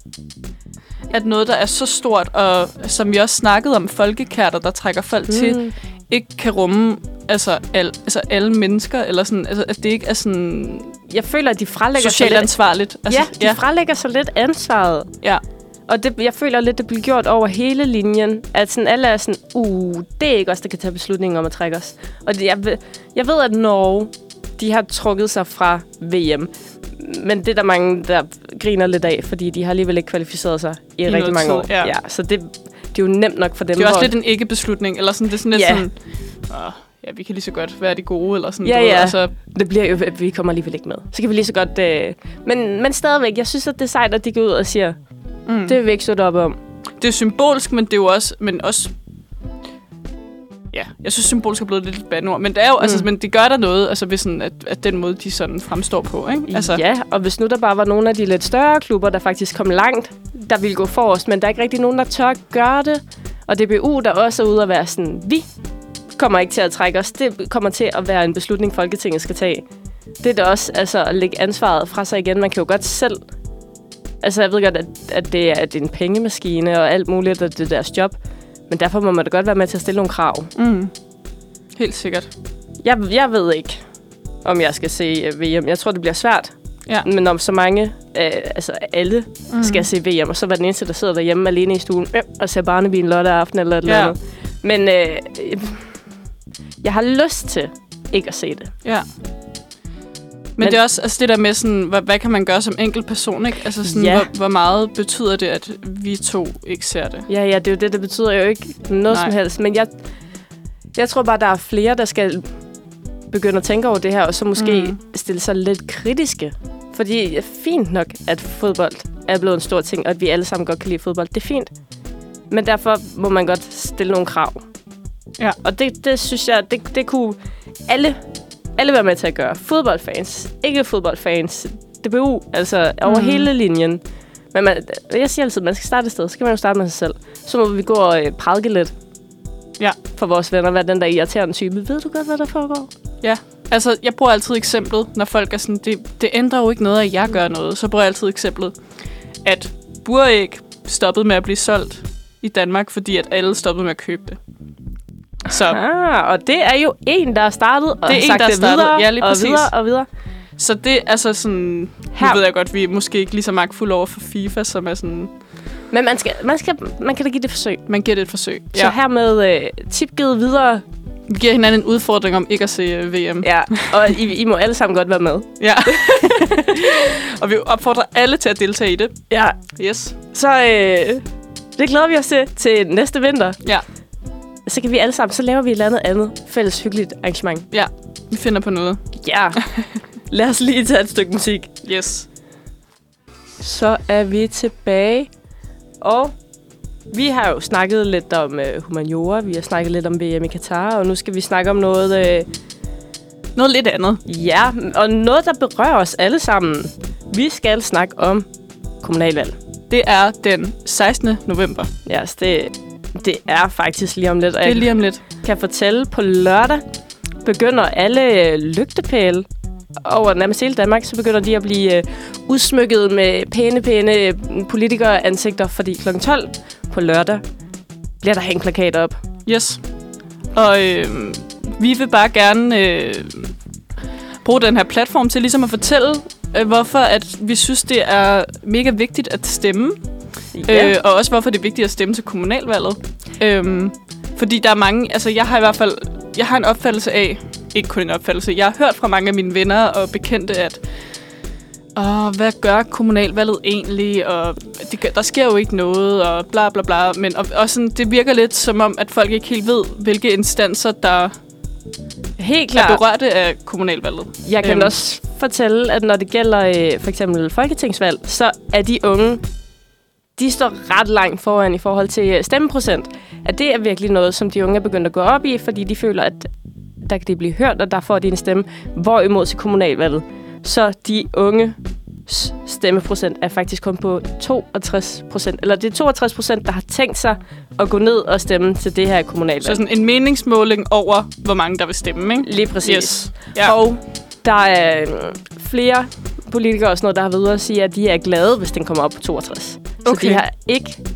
C: at noget, der er så stort, og som vi også snakkede om, folkekærter, der trækker folk mm. til, ikke kan rumme altså, al, altså alle mennesker, eller sådan, altså, at det ikke er sådan
B: Jeg føler, at de fralægger
C: socialt
B: sig lidt.
C: ansvarligt. Altså,
B: Ja, de ja. fralægger sig lidt ansvaret.
C: Ja.
B: Og det, jeg føler lidt, det bliver gjort over hele linjen. At sådan, alle er sådan, uh, det er ikke os, der kan tage beslutninger om at trække os. Og det, jeg, ved, jeg ved, at Norge, de har trukket sig fra V M. Men det er der mange, der griner lidt af, fordi de har alligevel ikke kvalificeret sig i, I rigtig mange
C: tid,
B: år.
C: ja.
B: Ja, så det, det er jo nemt nok for dem.
C: Det er også
B: hvor,
C: lidt en ikke-beslutning, eller sådan, det er sådan lidt
B: Ja.
C: sådan, åh, ja, vi kan lige så godt være de gode, eller sådan.
B: Ja,
C: du ved,
B: ja.
C: altså,
B: Det bliver jo, at vi kommer alligevel ikke med. Så kan vi lige så godt... Øh, men, men stadigvæk, jeg synes, at det er sejt, at de går ud og siger,
C: mm.
B: det vil vi ikke støtte op om.
C: Det er symbolsk, men det er jo også, men også, ja, jeg synes symbolsk er blevet lidt et bandord, men det er jo, mm. altså, men det gør der noget, altså ved sådan, at, at den måde, de sådan fremstår på, ikke? Altså,
B: Ja, og hvis nu der bare var nogle af de lidt større klubber, der faktisk kom langt, der ville gå forrest, men der er ikke rigtig nogen, der tør gøre det. Og D B U, der også er ude at være sådan, vi kommer ikke til at trække os. Det kommer til at være en beslutning, Folketinget skal tage. Det er da også altså, at lægge ansvaret fra sig igen. Man kan jo godt selv... Altså, jeg ved godt, at, at, det, er, at det er en pengemaskine og alt muligt, og det er deres job. Men derfor må man da godt være med til at stille nogle krav.
C: Mm. Helt sikkert.
B: Jeg, jeg ved ikke, om jeg skal se V M. Jeg tror, det bliver svært.
C: Ja.
B: Men om så mange, øh, altså alle, mm. skal se V M, og så var den eneste, der sidder derhjemme alene i stuen øh, og ser Barnaby lørdag aften eller et
C: Ja.
B: eller andet. Men øh, jeg har lyst til ikke at se det.
C: Ja. Men, Men det er også altså det der med, sådan, hvad, hvad kan man gøre som enkelt person, ikke? Altså sådan,
B: Ja.
C: hvor, hvor meget betyder det, at vi to ikke ser det?
B: Ja, ja, det er jo det, det betyder jo ikke noget
C: Nej.
B: som helst. Men jeg, jeg tror bare, der er flere, der skal begynde at tænke over det her, og så måske
C: Mm.
B: stille sig lidt kritiske. Fordi det er fint nok, at fodbold er blevet en stor ting, og at vi alle sammen godt kan lide fodbold. Det er fint. Men derfor må man godt stille nogle krav.
C: Ja.
B: Og det, det synes jeg, det, det kunne alle, alle være med til at gøre. Fodboldfans, ikke fodboldfans, D B U, altså over
C: Mm.
B: hele linjen. Men man, jeg siger altid, at man skal starte et sted, så kan man jo starte med sig selv. Så må vi gå og øh, prædike lidt
C: Ja.
B: for vores venner, hvad den der irriterende type. Ved du godt, hvad der foregår?
C: Ja. Altså, jeg bruger altid eksemplet, når folk er sådan, det, det ændrer jo ikke noget, at jeg gør noget. Så bruger jeg altid eksemplet, at buræg stoppede med at blive solgt i Danmark, fordi at alle stoppede med at købe det. Så,
B: Ah, og det er jo en, der har startet og
C: Det er en,
B: sagt
C: der har
B: det
C: startet.
B: videre
C: Ja, lige
B: og
C: præcis.
B: videre og videre.
C: så det er altså sådan...
B: Her-
C: Nu ved jeg godt, vi er måske ikke lige så magtfulde over for FIFA, som er sådan...
B: Men man, skal, man, skal, man kan da give det et forsøg.
C: Man giver det et forsøg.
B: Så hermed øh, tip givet videre.
C: Vi giver hinanden en udfordring om ikke at se uh, V M.
B: Ja, og I, I må alle sammen godt være med.
C: Ja. Og vi opfordrer alle til at deltage i det.
B: Ja,
C: Yes.
B: så øh, det glæder vi os til til næste vinter.
C: Ja.
B: Så kan vi alle sammen, så laver vi et eller andet andet fælles hyggeligt arrangement.
C: Ja. Vi finder på noget.
B: Ja. Lad os lige tage et stykke musik.
C: Yes.
B: Så er vi tilbage. Og vi har jo snakket lidt om øh, humaniora, vi har snakket lidt om V M i Katar, og nu skal vi snakke om noget... Øh,
C: Noget lidt andet.
B: ja, og noget, der berører os alle sammen. Vi skal snakke om kommunalvalg.
C: Det er den sekstende november.
B: Ja, så det, det er faktisk lige om lidt. Og
C: Det er lige om lidt.
B: jeg kan fortælle, på lørdag begynder alle øh, lygtepæle over nærmest hele Danmark, så begynder de at blive øh, udsmykket med pæne, pæne øh, politikeransigter, fordi klokken tolv på lørdag bliver der hængt plakater op.
C: Yes. Og øh, vi vil bare gerne øh, bruge den her platform til ligesom at fortælle, øh, hvorfor at vi synes, det er mega vigtigt at stemme.
B: Ja.
C: Øh, og også hvorfor det er vigtigt at stemme til kommunalvalget. Øhm, fordi der er mange... Altså, jeg har i hvert fald... Jeg har en opfattelse af... Ikke kun en opfattelse. Jeg har hørt fra mange af mine venner og bekendte, at... Åh, hvad gør kommunalvalget egentlig? Og det, gør- der sker jo ikke noget, og bla bla bla. Men og, og sådan, det virker lidt som om, at folk ikke helt ved, hvilke instanser, der
B: Helt
C: er
B: klart.
C: berørte af kommunalvalget.
B: Jeg kan
C: Øhm.
B: også fortælle, at når det gælder øh, for eksempel folketingsvalg, så er de unge, de står ret langt foran i forhold til øh, stemmeprocent. At det er virkelig noget, som de unge er begyndt at gå op i, fordi de føler, at der kan de blive hørt, og der får de en stemme. Hvorimod til kommunalvalget, så de unge stemmeprocent er faktisk kun på toogtres procent. Eller det er toogtres procent, der har tænkt sig at gå ned og stemme til det her kommunalvalg.
C: Så sådan en meningsmåling over, hvor mange der vil stemme, ikke?
B: Lige præcis.
C: Yes. Ja.
B: Og der er øh, flere politikere og sådan noget, der har været ude at sige, at de er glade, hvis den kommer op på toogtres.
C: Okay.
B: Så de har ikke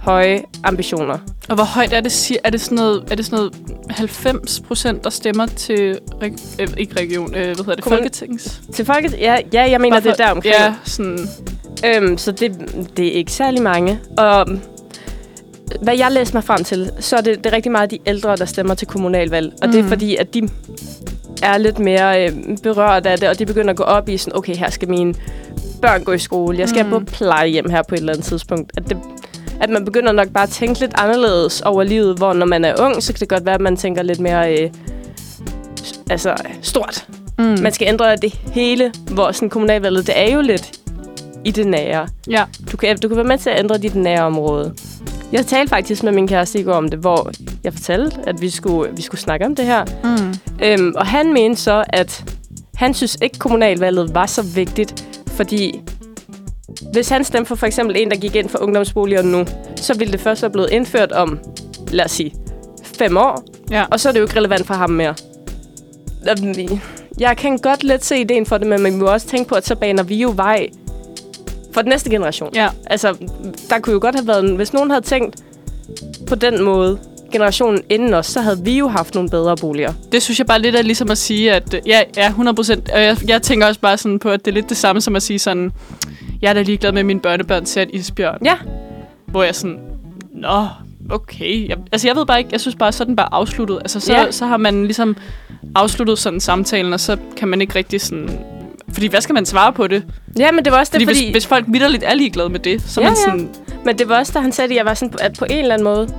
B: høje ambitioner.
C: Og hvor højt er det? Er det sådan noget, er det sådan noget halvfems procent, der stemmer til reg- øh, ikke region, øh, hvad hedder det,
B: Kommun-
C: Folketings?
B: Til folket? Ja, ja jeg mener,
C: Hvorfor?
B: det er der omkring.
C: Ja, sådan...
B: Øhm, så det, det er ikke særlig mange. Og hvad jeg læser mig frem til, så er det, det er rigtig meget de ældre, der stemmer til kommunalvalg. Og mm. det er fordi, at de er lidt mere øh, berørt af det, og de begynder at gå op i sådan, okay, her skal mine børn gå i skole. Jeg skal mm. på plejehjem her på et eller andet tidspunkt. At, det, at man begynder nok bare at tænke lidt anderledes over livet, hvor når man er ung, så kan det godt være, at man tænker lidt mere øh, altså, stort. Mm. Man skal ændre det hele, hvor sådan kommunalvalget, det er jo lidt i det nære.
C: Ja.
B: Du kan, du kan være med til at ændre dit nære område. Jeg talte faktisk med min kæreste i går om det, hvor jeg fortalte, at vi skulle, vi skulle snakke om det her. Mm. Øhm, og han mente så, at han synes ikke, kommunalvalget var så vigtigt, fordi hvis han stemte for for eksempel en, der gik ind for ungdomsboliger nu, så ville det først være blevet indført om, lad os sige, fem år.
C: Ja.
B: Og så er det jo ikke relevant for ham mere. Jeg kan godt lidt se ideen for det, men man må også tænke på, at så baner vi jo vej for den næste generation.
C: Ja.
B: Altså, der kunne jo godt have været... Hvis nogen havde tænkt på den måde, generationen inden os, så havde vi jo haft nogle bedre boliger.
C: Det synes jeg bare lidt er ligesom at sige, at ja, ja hundrede procent. Og jeg, jeg tænker også bare sådan på, at det er lidt det samme som at sige sådan, jeg er da ligeglad med, at mine børnebørn ser et isbjørn.
B: Ja.
C: Hvor jeg sådan, nå, okay. Jeg, altså, jeg ved bare ikke, jeg synes bare, så er den bare afsluttet. Altså, så,
B: ja.
C: så har man ligesom afsluttet sådan samtalen, og så kan man ikke rigtig sådan... Fordi hvad skal man svare på det?
B: Ja, men det var også det,
C: fordi...
B: fordi...
C: Hvis, hvis folk vitterligt er ligeglade med det, så
B: ja,
C: man sådan...
B: Ja. Men det var også, da han sagde det, jeg var sådan, at på en eller anden måde,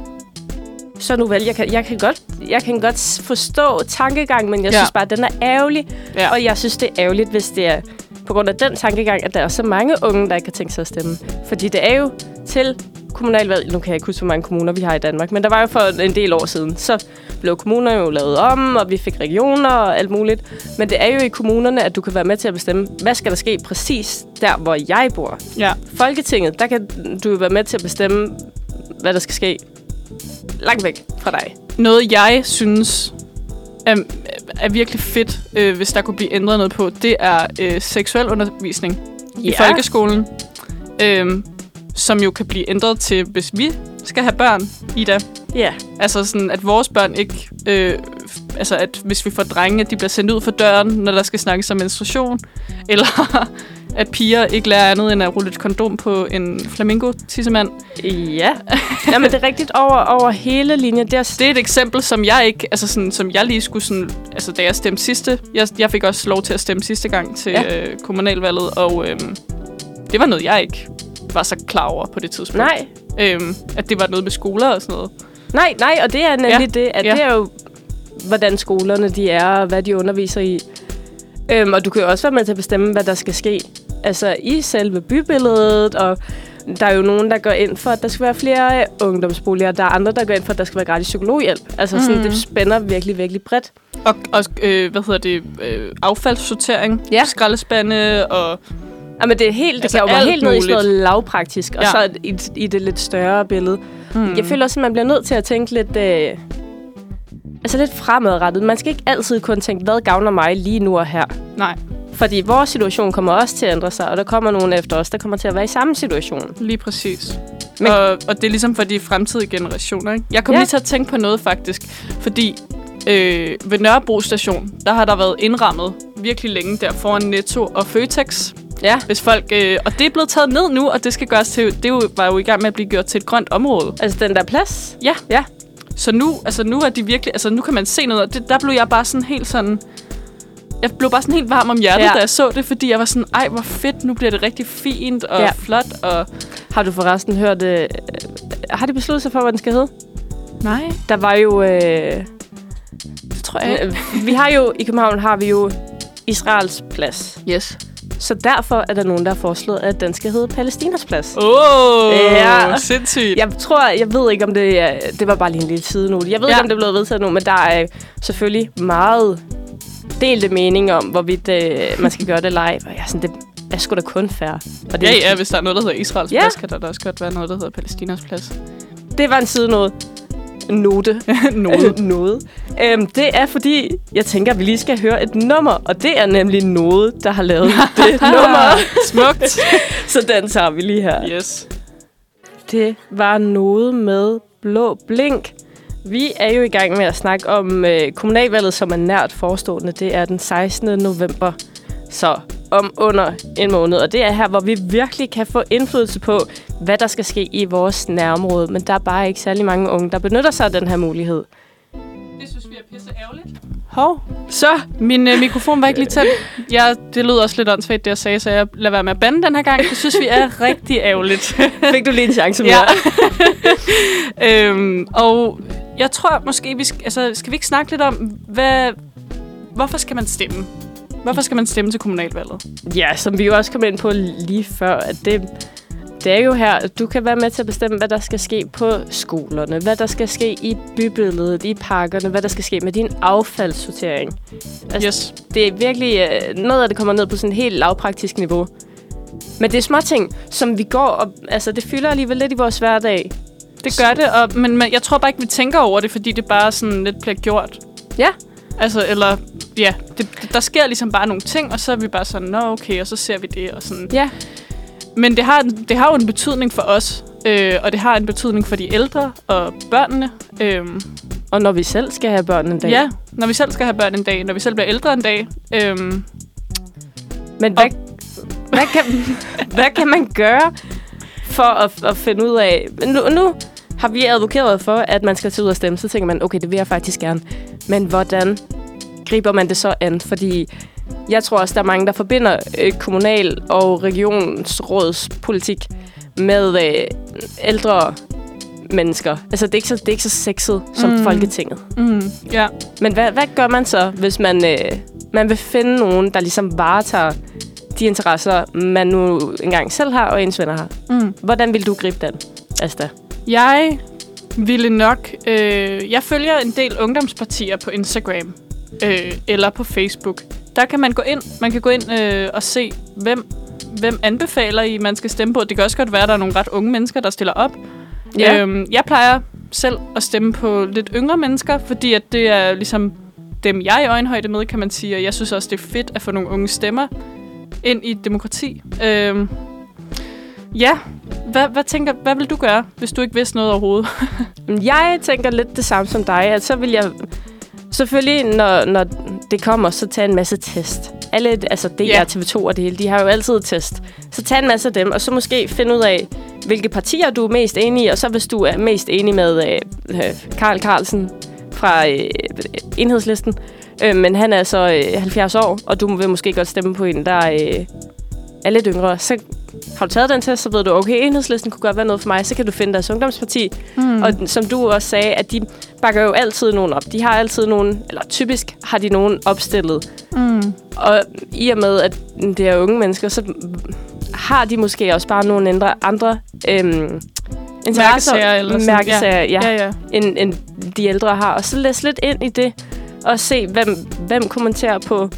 B: så nu vel, jeg kan, jeg kan, godt, jeg kan godt forstå tankegang, men jeg ja. synes bare, at den er ærgerlig. Ja. Og jeg synes, det er ærgerligt, hvis det er på grund af den tankegang, at der er så mange unge, der ikke har tænkt sig at stemme. Fordi det er jo til kommunalvalg. Nu kan jeg ikke huske, hvor mange kommuner vi har i Danmark, men der var jo for en del år siden. Så blev kommuner jo lavet om, og vi fik regioner og alt muligt. Men det er jo i kommunerne, at du kan være med til at bestemme, hvad skal der ske præcis der, hvor jeg bor.
C: Ja.
B: Folketinget, der kan du jo være med til at bestemme, hvad der skal ske langt væk fra dig.
C: Noget, jeg synes er, er virkelig fedt, øh, hvis der kunne blive ændret noget på, det er øh, seksuel undervisning ja. i folkeskolen. Øh, som jo kan blive ændret til, hvis vi skal have børn, Ida.
B: Ja. Yeah.
C: Altså sådan, at vores børn ikke... Øh, altså, at hvis vi får drenge, at de bliver sendt ud for døren, når der skal snakkes om menstruation. Eller at piger ikke lærer andet end at rulle et kondom på en flamingo-tissemand.
B: Ja. Jamen, det er rigtigt over, over hele linjen. Det er,
C: det er et eksempel, som jeg ikke... Altså, sådan, som jeg lige skulle sådan... Altså, da jeg stemte sidste... Jeg, jeg fik også lov til at stemme sidste gang til ja. øh, kommunalvalget, og øh, det var noget, jeg ikke var så klar over på det tidspunkt.
B: Nej.
C: Øhm, at det var noget med skoler og sådan noget.
B: Nej, nej, og det er nemlig ja. det, at
C: ja.
B: det er jo, hvordan skolerne de er, og hvad de underviser i. Øhm, og du kan jo også være med til at bestemme, hvad der skal ske. Altså i selve bybilledet, og der er jo nogen, der går ind for, at der skal være flere ungdomsboliger. Der er andre, der går ind for, at der skal være gratis psykologhjælp. Altså mm. sådan, det spænder virkelig, virkelig bredt.
C: Og, og øh, hvad hedder det? Øh, affaldssortering, ja. skraldespande og...
B: Jamen, det er helt, det altså kan jo være helt ned i sådan noget lavpraktisk, ja. og så i, i det lidt større billede. Hmm. Jeg føler også, at man bliver nødt til at tænke lidt, øh, altså lidt fremadrettet. Man skal ikke altid kun tænke, hvad gavner mig lige nu og her.
C: Nej.
B: Fordi vores situation kommer også til at ændre sig, og der kommer nogen efter os, der kommer til at være i samme situation.
C: Lige præcis. Men, og, og det er ligesom for de fremtidige generationer, ikke? Jeg kom ja. lige til at tænke på noget faktisk, fordi øh, ved Nørrebro station, der har der været indrammet virkelig længe der foran Netto og Føtex.
B: Ja.
C: Hvis folk, øh, og det er blevet taget ned nu, og det skal gøres til, det jo, var jo i gang med at blive gjort til et grønt område.
B: Altså den der plads?
C: Ja.
B: Ja.
C: Så nu, altså nu er de virkelig, altså nu kan man se noget, og det, der blev jeg bare sådan helt sådan, jeg blev bare sådan helt varm om hjertet, ja. da jeg så det, fordi jeg var sådan, ej hvor fedt, nu bliver det rigtig fint og ja. flot. Og
B: har du forresten hørt, øh, har de besluttet sig for, hvad den skal hedde?
C: Nej.
B: Der var jo, øh,
C: det tror jeg ikke.
B: Vi har jo, i København har vi jo Israels plads.
C: Yes.
B: Så derfor er der nogen, der har foreslået, at den skal hedde Palæstinas plads.
C: Åh, oh, ja. sindssygt.
B: Jeg tror, jeg ved ikke, om det er... Det var bare lige en lille side nu. Jeg ved ja. ikke, om det er blevet vedtaget nu, men der er selvfølgelig meget delte mening om, hvorvidt øh, man skal gøre det live. Og jeg er sådan, det er sgu da kun fair. Og det
C: ja,
B: er
C: ja, hvis der er noget, der hedder Israels
B: ja.
C: plads, kan der da også godt være noget, der hedder Palæstinas plads.
B: Det var en side noget. Note.
C: Note.
B: Noget. Øhm, det er fordi, jeg tænker, at vi lige skal høre et nummer, og det er nemlig Noget, der har lavet det nummer.
C: Smukt.
B: Så den tager vi lige her.
C: Yes.
B: Det var noget med Blå Blink. Vi er jo i gang med at snakke om øh, kommunalvalget, som er nært forestående. Det er den sekstende november, så om under en måned. Og det er her, hvor vi virkelig kan få indflydelse på, hvad der skal ske i vores nærområde. Men der er bare ikke særlig mange unge, der benytter sig af den her mulighed.
C: Det synes vi er pisse ærgerligt. Hov, så min øh, mikrofon var ikke lige tændt. Ja, det lød også lidt åndssvagt, det jeg sagde, så jeg lader være med at bande den her gang. Det synes vi er rigtig ærgerligt.
B: Fik du lige en chance mere?
C: Ja. øhm, og jeg tror måske, vi skal, altså, skal vi ikke snakke lidt om, hvad, hvorfor skal man stemme? Hvorfor skal man stemme til kommunalvalget?
B: Ja, som vi jo også kom ind på lige før, at det, det er jo her, at du kan være med til at bestemme, hvad der skal ske på skolerne, hvad der skal ske i bybilledet, i parkerne, hvad der skal ske med din affaldssortering. Altså,
C: Yes.
B: det er virkelig øh, noget af det kommer ned på sådan et helt lavpraktisk niveau. Men det er små ting, som vi går og altså det fylder alligevel lidt i vores hverdag.
C: Det gør det, og, men, men jeg tror bare ikke, vi tænker over det, fordi det bare sådan lidt bliver gjort.
B: Ja.
C: Altså, eller, ja, det, der sker ligesom bare nogle ting, og så er vi bare sådan, nå okay, og så ser vi det, og sådan.
B: Ja.
C: Men det har, det har jo en betydning for os, øh, og det har en betydning for de ældre og børnene. Øh,
B: Og når vi selv skal have børn en dag.
C: ja, når vi selv skal have børn en dag, når vi selv bliver ældre en dag. Øh,
B: Men hvad, hvad, kan, hvad kan man gøre for at, at finde ud af... Nu, nu har vi advokeret for, at man skal tage ud og stemme. Så tænker man, okay, det vil jeg faktisk gerne. Men hvordan griber man det så an? Fordi jeg tror også, der er mange, der forbinder øh, kommunal- og regionsrådspolitik med øh, ældre mennesker. Altså, det er ikke så, det er ikke så sexet som
C: Mm.
B: Folketinget.
C: mm, ja.
B: Men hvad, hvad gør man så, hvis man, øh, man vil finde nogen, der ligesom varetager de interesser, man nu engang selv har, og ens venner har?
C: Mm.
B: Hvordan vil du gribe den, Asta?
C: Jeg ville nok... Øh, jeg følger en del ungdomspartier på Instagram øh, eller på Facebook. Der kan man gå ind, man kan gå ind øh, og se, hvem, hvem anbefaler I, man skal stemme på. Det kan også godt være, at der er nogle ret unge mennesker, der stiller op.
B: Ja.
C: Øhm, jeg plejer selv at stemme på lidt yngre mennesker, fordi at det er ligesom dem, jeg er i øjenhøjde med, kan man sige. Og jeg synes også, det er fedt at få nogle unge stemmer ind i et demokrati. Øhm, ja, hvad, hvad, tænker, hvad vil du gøre, hvis du ikke vidste noget overhovedet?
B: Jeg tænker lidt det samme som dig, at så vil jeg selvfølgelig, når, når det kommer, så tage en masse test. Alle, altså D R,
C: Ja.
B: T V to og det hele, de har jo altid test. Så tag en masse af dem, og så måske finde ud af, hvilke partier du er mest enig i, og så hvis du er mest enig med øh, Karl Carlsen fra øh, Enhedslisten, øh, men han er så øh, halvfjerds år, og du vil måske godt stemme på en, der øh, er lidt yngre, så har du taget den test, så ved du, okay, Enhedslisten kunne godt være noget for mig, så kan du finde deres ungdomsparti.
C: Hmm.
B: Og som du også sagde, at de bakker jo altid nogen op. De har altid nogen, eller typisk har de nogen opstillet.
C: Mm.
B: Og i og med, at det er unge mennesker, så har de måske også bare nogle andre, andre øhm,
C: Mærkesager eller sådan.
B: mærkesager, ja,
C: Ja, ja.
B: End, end de ældre har. Og så læs lidt ind i det, og se, hvem, hvem kommenterer på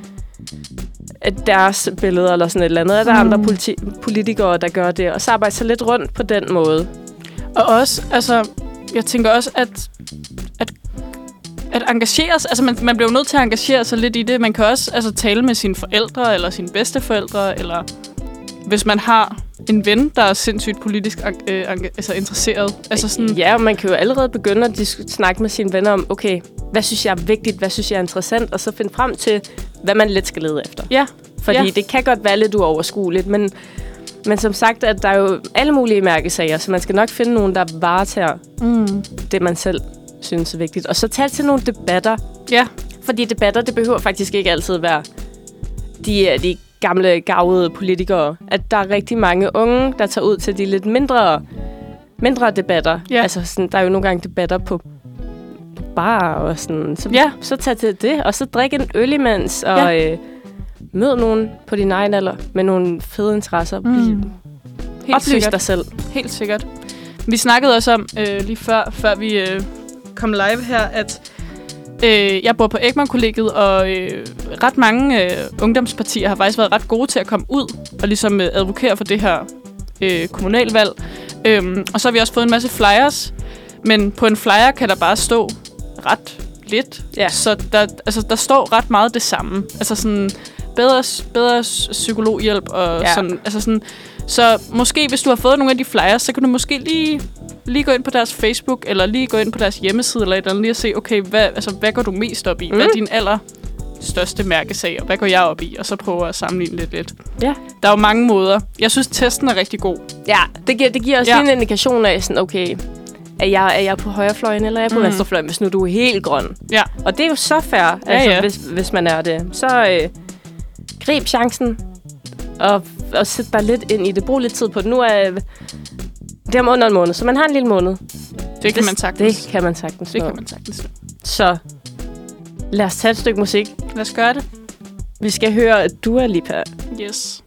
B: at deres billeder eller sådan et eller andet. Er der
C: Mm.
B: andre politi- politikere, der gør det? Og så arbejde sig lidt rundt på den måde.
C: Og også, altså, jeg tænker også, at, at, at engagere sig, altså man, man bliver jo nødt til at engagere sig lidt i det. Man kan også altså, tale med sine forældre, eller sine bedsteforældre, eller hvis man har en ven, der er sindssygt politisk øh, altså, interesseret. Altså sådan,
B: Ja, og man kan jo allerede begynde at dis- snakke med sine venner om, okay, hvad synes jeg er vigtigt, hvad synes jeg er interessant, og så finde frem til, hvad man lidt skal lede efter.
C: ja,
B: Fordi
C: Ja.
B: det kan godt være lidt uoverskueligt, men, men som sagt, at der er jo alle mulige mærkesager, så man skal nok finde nogen, der varetager
C: mm.
B: det, man selv synes er vigtigt. Og så tage til nogle debatter,
C: ja,
B: fordi debatter, det behøver faktisk ikke altid være de, de gamle, gavede politikere. At der er rigtig mange unge, der tager ud til de lidt mindre, mindre debatter.
C: Ja.
B: Altså, sådan, der er jo nogle gange debatter på bar og sådan. Så,
C: Ja.
B: så tag til det, og så drik en øl imens, og
C: Ja.
B: øh, mød nogen på din egen alder med nogle fede interesser.
C: Mm.
B: Mm.
C: helt
B: Oplys
C: sikkert.
B: dig selv.
C: Helt sikkert. Vi snakkede også om, øh, lige før, før vi øh, kom live her, at øh, jeg bor på Egmont-kollegiet, og øh, ret mange øh, ungdomspartier har faktisk været ret gode til at komme ud og ligesom øh, advokere for det her øh, kommunalvalg. Øhm, og så har vi også fået en masse flyers, men på en flyer kan der bare stå ret lidt.
B: Ja.
C: Så der, altså, der står ret meget det samme. Altså sådan bedre, bedre psykologhjælp og
B: Ja.
C: sådan, altså sådan Så måske, hvis du har fået nogle af de flyers, så kan du måske lige, lige gå ind på deres Facebook, eller lige gå ind på deres hjemmeside, eller et eller andet, lige at se, okay, hvad, altså, hvad går du mest op i? Mm. Hvad er din aller største mærkesag, og hvad går jeg op i? Og så prøve at sammenligne lidt lidt.
B: Ja.
C: Der er jo mange måder. Jeg synes, testen er rigtig god.
B: Ja, det giver, det giver også
C: Ja.
B: en indikation af, sådan, okay, er jeg, er jeg på højrefløjen, eller er jeg på mm. venstrefløjen, hvis nu du er helt grøn?
C: Ja.
B: Og det er jo så fair, altså,
C: ja.
B: Hvis, hvis man er det. Så øh, grib chancen, og, og sæt dig lidt ind i det. Brug lidt tid på det. Nu er det om under en måned, så man har en lille måned.
C: Det kan man sagtens.
B: Det kan man sagtens.
C: Det kan man sagtens.
B: Så lad os tage et stykke musik.
C: Lad os gøre det.
B: Vi skal høre Dua Lipa.
C: Yes.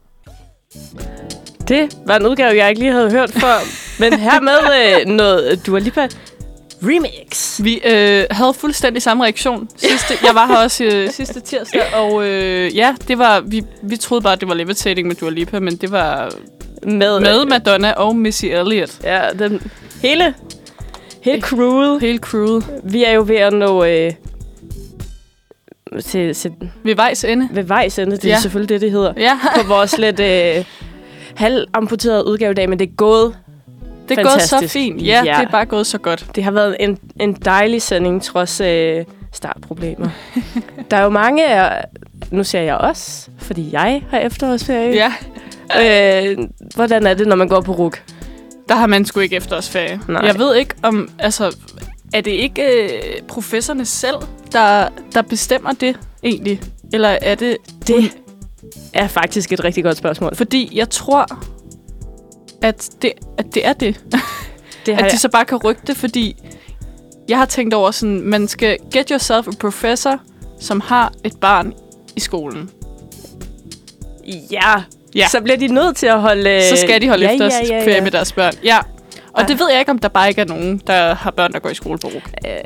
B: Det var en udgave, jeg ikke lige havde hørt før. Men her med øh, noget Dua Lipa remix.
C: Vi øh, havde fuldstændig samme reaktion. Sidste, jeg var her også øh, sidste tirsdag, og øh, ja, det var, vi, vi troede bare, at det var Levitating med Dua Lipa, men det var
B: med,
C: med Madonna og Missy Elliott.
B: Ja, den hele, hele crewet.
C: Hele crewet.
B: Vi er jo ved at nå øh, til, til,
C: ved vejs ende.
B: Ved vejs ende, det er
C: ja.
B: selvfølgelig det, det hedder.
C: Ja.
B: På vores lidt øh, halvamputerede udgave i dag, men det er gået
C: Det er
B: fantastisk.
C: gået så fint. Ja, ja, det er bare gået så godt.
B: Det har været en, en dejlig sending, trods øh, startproblemer. Der er jo mange af... Nu ser jeg også, fordi jeg har efterårsferie.
C: Ja.
B: øh, hvordan er det, når man går på R U K?
C: Der har man sgu ikke efterårsferie.
B: Nej.
C: Jeg ved ikke om... Altså, er det ikke øh, professorerne selv, der, der bestemmer det egentlig? Eller er det...
B: Det er faktisk et rigtig godt spørgsmål.
C: Fordi jeg tror, at det, at det er det.
B: det
C: at de
B: jeg.
C: så bare kan rykke det, fordi jeg har tænkt over sådan, man skal get yourself a professor, som har et barn i skolen.
B: Ja,
C: ja.
B: Så bliver de nødt til at holde...
C: Så skal de holde
B: ja,
C: efterårsferie
B: ja, ja, ja.
C: med deres børn. Ja. Og
B: Ej.
C: det ved jeg ikke, om der bare ikke er nogen, der har børn, der går i skole på R U K.
B: Øh.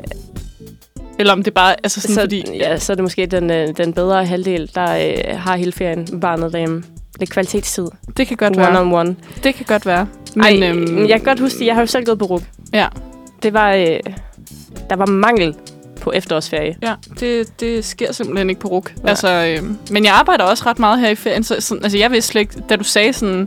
C: Eller om det bare altså sådan,
B: så,
C: fordi...
B: Ja, så er det måske den, øh, den bedre halvdel, der øh, har hele ferien med barnet derhjemme. Lidt kvalitetstid.
C: Det kan godt
B: one
C: være.
B: on one.
C: Det kan godt være. Men,
B: Ej,
C: øhm,
B: jeg kan godt huske det. Jeg har jo selv gået på R U K.
C: Ja.
B: Det var... Øh, der var mangel på efterårsferie.
C: Ja, det, det sker simpelthen ikke på R U K. Ja. Altså, øh, men jeg arbejder også ret meget her i ferien. Så, sådan, altså, jeg vidste slet ikke, da du sagde sådan,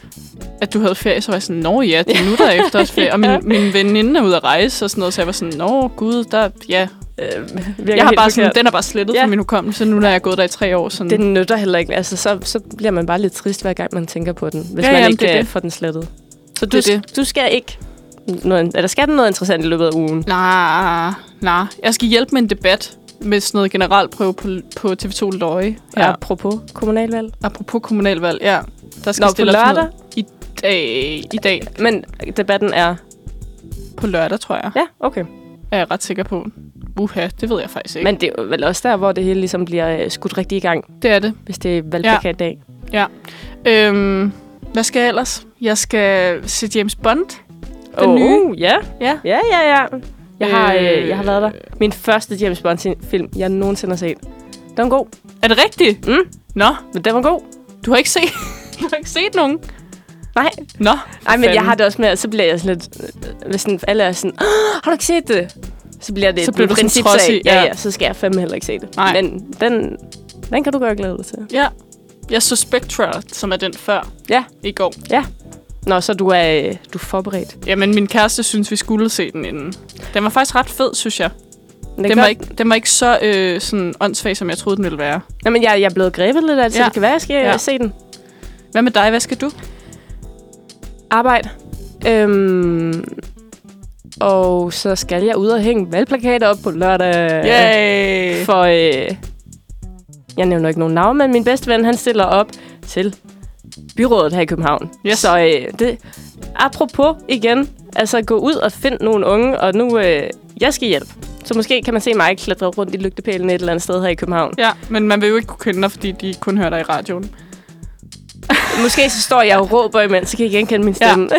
C: at du havde ferie, så var jeg sådan, nå ja, det er nu, der er efterårsferie. Og min, min veninde er ude at rejse og sådan noget, så jeg var sådan, nå gud, der... Ja.
B: Øh,
C: jeg har bare sådan, den er bare slettet
B: ja.
C: fra min hukommelse, nu når jeg er gået der i tre år. Sådan.
B: Det nytter heller ikke. Altså, så, så bliver man bare lidt trist, hver gang man tænker på den, hvis
C: ja,
B: man
C: jamen,
B: ikke
C: det
B: det
C: det.
B: får den slettet. Så du,
C: det det.
B: du skal ikke... Noget, eller skal der noget interessant i løbet af ugen?
C: Nej, nej. Jeg skal hjælpe med en debat med sådan noget generalprøve på, på T V to Løje.
B: Ja. Apropos kommunalvalg.
C: Apropos kommunalvalg, ja. Der skal
B: Nå,
C: stille
B: på lørdag?
C: I dag, I dag.
B: Men debatten er...
C: På lørdag, tror jeg.
B: Ja, okay.
C: Er jeg ret sikker på. Uha, det ved jeg faktisk ikke.
B: Men det er vel også der, hvor det hele ligesom bliver skudt rigtig i gang.
C: Det er det.
B: Hvis det er valgplakatdag.
C: Ja. ja. Øhm, hvad skal jeg ellers? Jeg skal se James Bond. Den
B: oh,
C: nye.
B: Ja.
C: Ja.
B: Ja, ja, ja. Jeg har, øh,
C: Øh.
B: jeg har været der. Min første James Bond-film, jeg nogensinde har set. Den var god.
C: Er det rigtigt?
B: Mm.
C: Nå.
B: Men den var god.
C: Du har ikke set, du har ikke set nogen?
B: Nej.
C: Nå.
B: Nej, men jeg har det også med, at så bliver jeg sådan lidt... Hvis sådan, alle er sådan, har du ikke set det? Så bliver det
C: så
B: et
C: bliver du
B: principsag.
C: Ja.
B: ja, ja, så skal jeg fandme heller ikke se det.
C: Nej.
B: Men den, den kan du godt glæde dig til.
C: Ja. Jeg så Spectre, som er den før.
B: Ja.
C: I går.
B: Ja. Nå, så du er, du er forberedt.
C: Jamen, min kæreste synes, vi skulle se den inden. Den var faktisk ret fed, synes jeg.
B: Den,
C: Den var, ikke, den var ikke så øh, sådan åndssvag, som jeg troede, den ville være.
B: Nå, men jeg, jeg er blevet grebet lidt af det, så
C: Ja.
B: det kan være, jeg skal
C: Ja.
B: se den.
C: Hvad med dig? Hvad skal du?
B: Arbejde. Øhm, og så skal jeg ud og hænge valgplakater op på lørdag.
C: Yay!
B: For, øh, jeg nævner ikke nogen navn, men min bedste ven, han stiller op til byrådet her i København.
C: Yes.
B: Så øh, det, apropos igen, altså gå ud og find nogle unge, og nu, øh, jeg skal hjælpe. Så måske kan man se mig klatre rundt i lygtepælen et eller andet sted her i København.
C: Ja, men man vil jo ikke kunne kende dig, fordi de kun hører dig i radioen.
B: Måske så står jeg og råber imens, så kan I genkende min stemme.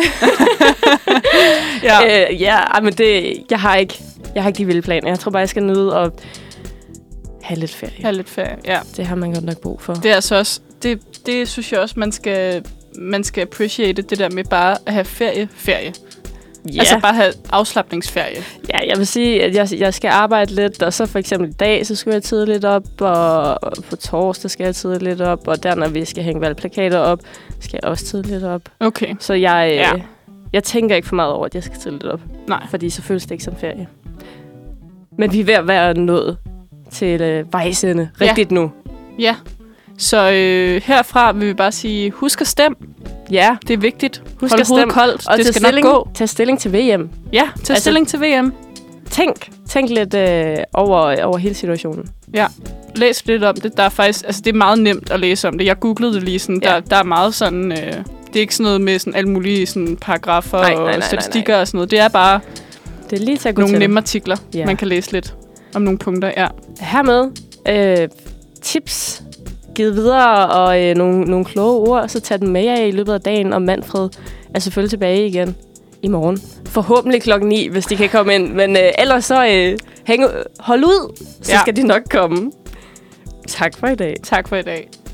C: Ja.
B: ja, øh, ja men det, jeg har ikke, jeg har ikke de vilde planer. Jeg tror bare, jeg skal nyde og have lidt ferie.
C: have lidt ferie, ja.
B: Det har man godt nok brug for.
C: Det er altså også, det, det synes jeg også, man skal, man skal appreciate det der med bare at have ferie, ferie.
B: Ja.
C: Altså bare have afslapningsferie.
B: Ja, jeg vil sige, at jeg, jeg skal arbejde lidt, og så for eksempel i dag, så skal jeg tidligt op, og på torsdag skal jeg tidligt op, og der, når vi skal hænge valgplakater op, skal jeg også tidligt op.
C: Okay.
B: Så jeg,
C: Ja.
B: øh, jeg tænker ikke for meget over, at jeg skal tidligt op,
C: Nej.
B: fordi så føles det ikke som ferie. Men vi er ved at være nået til øh, vejsende rigtigt nu.
C: Ja. Så øh, herfra vil vi bare sige, husk at stemme.
B: Ja,
C: Det er vigtigt.
B: husk
C: Hold
B: at
C: hovedet
B: stemme,
C: koldt.
B: og
C: Det
B: tage
C: skal nok
B: stilling,
C: gå.
B: tage stilling til V M.
C: Ja, tag
B: Altså-
C: stilling til V M.
B: Tænk, tænk lidt øh, over, over hele situationen.
C: Ja, læs lidt om det. Der er faktisk, altså det er meget nemt at læse om det. Jeg googlede det lige sådan.
B: Ja.
C: Der, der er meget sådan, øh, det er ikke sådan noget med sådan alle mulige sådan paragrafer
B: Nej, nej, nej, nej,
C: og statistikker og sådan noget. Det er bare
B: Det er lige til at gå
C: nogle
B: til.
C: nemme artikler,
B: Ja.
C: man kan læse lidt om nogle punkter. Ja.
B: Hermed øh, tips givet videre og øh, nogle, nogle kloge ord, så tag dem med jer i løbet af dagen, og Manfred er selvfølgelig tilbage igen i morgen. Forhåbentlig klokken ni, hvis de kan komme ind. Men øh, ellers så øh, hænge, hold ud, så
C: Ja.
B: skal de nok komme. Tak for i dag.
C: Tak for i dag.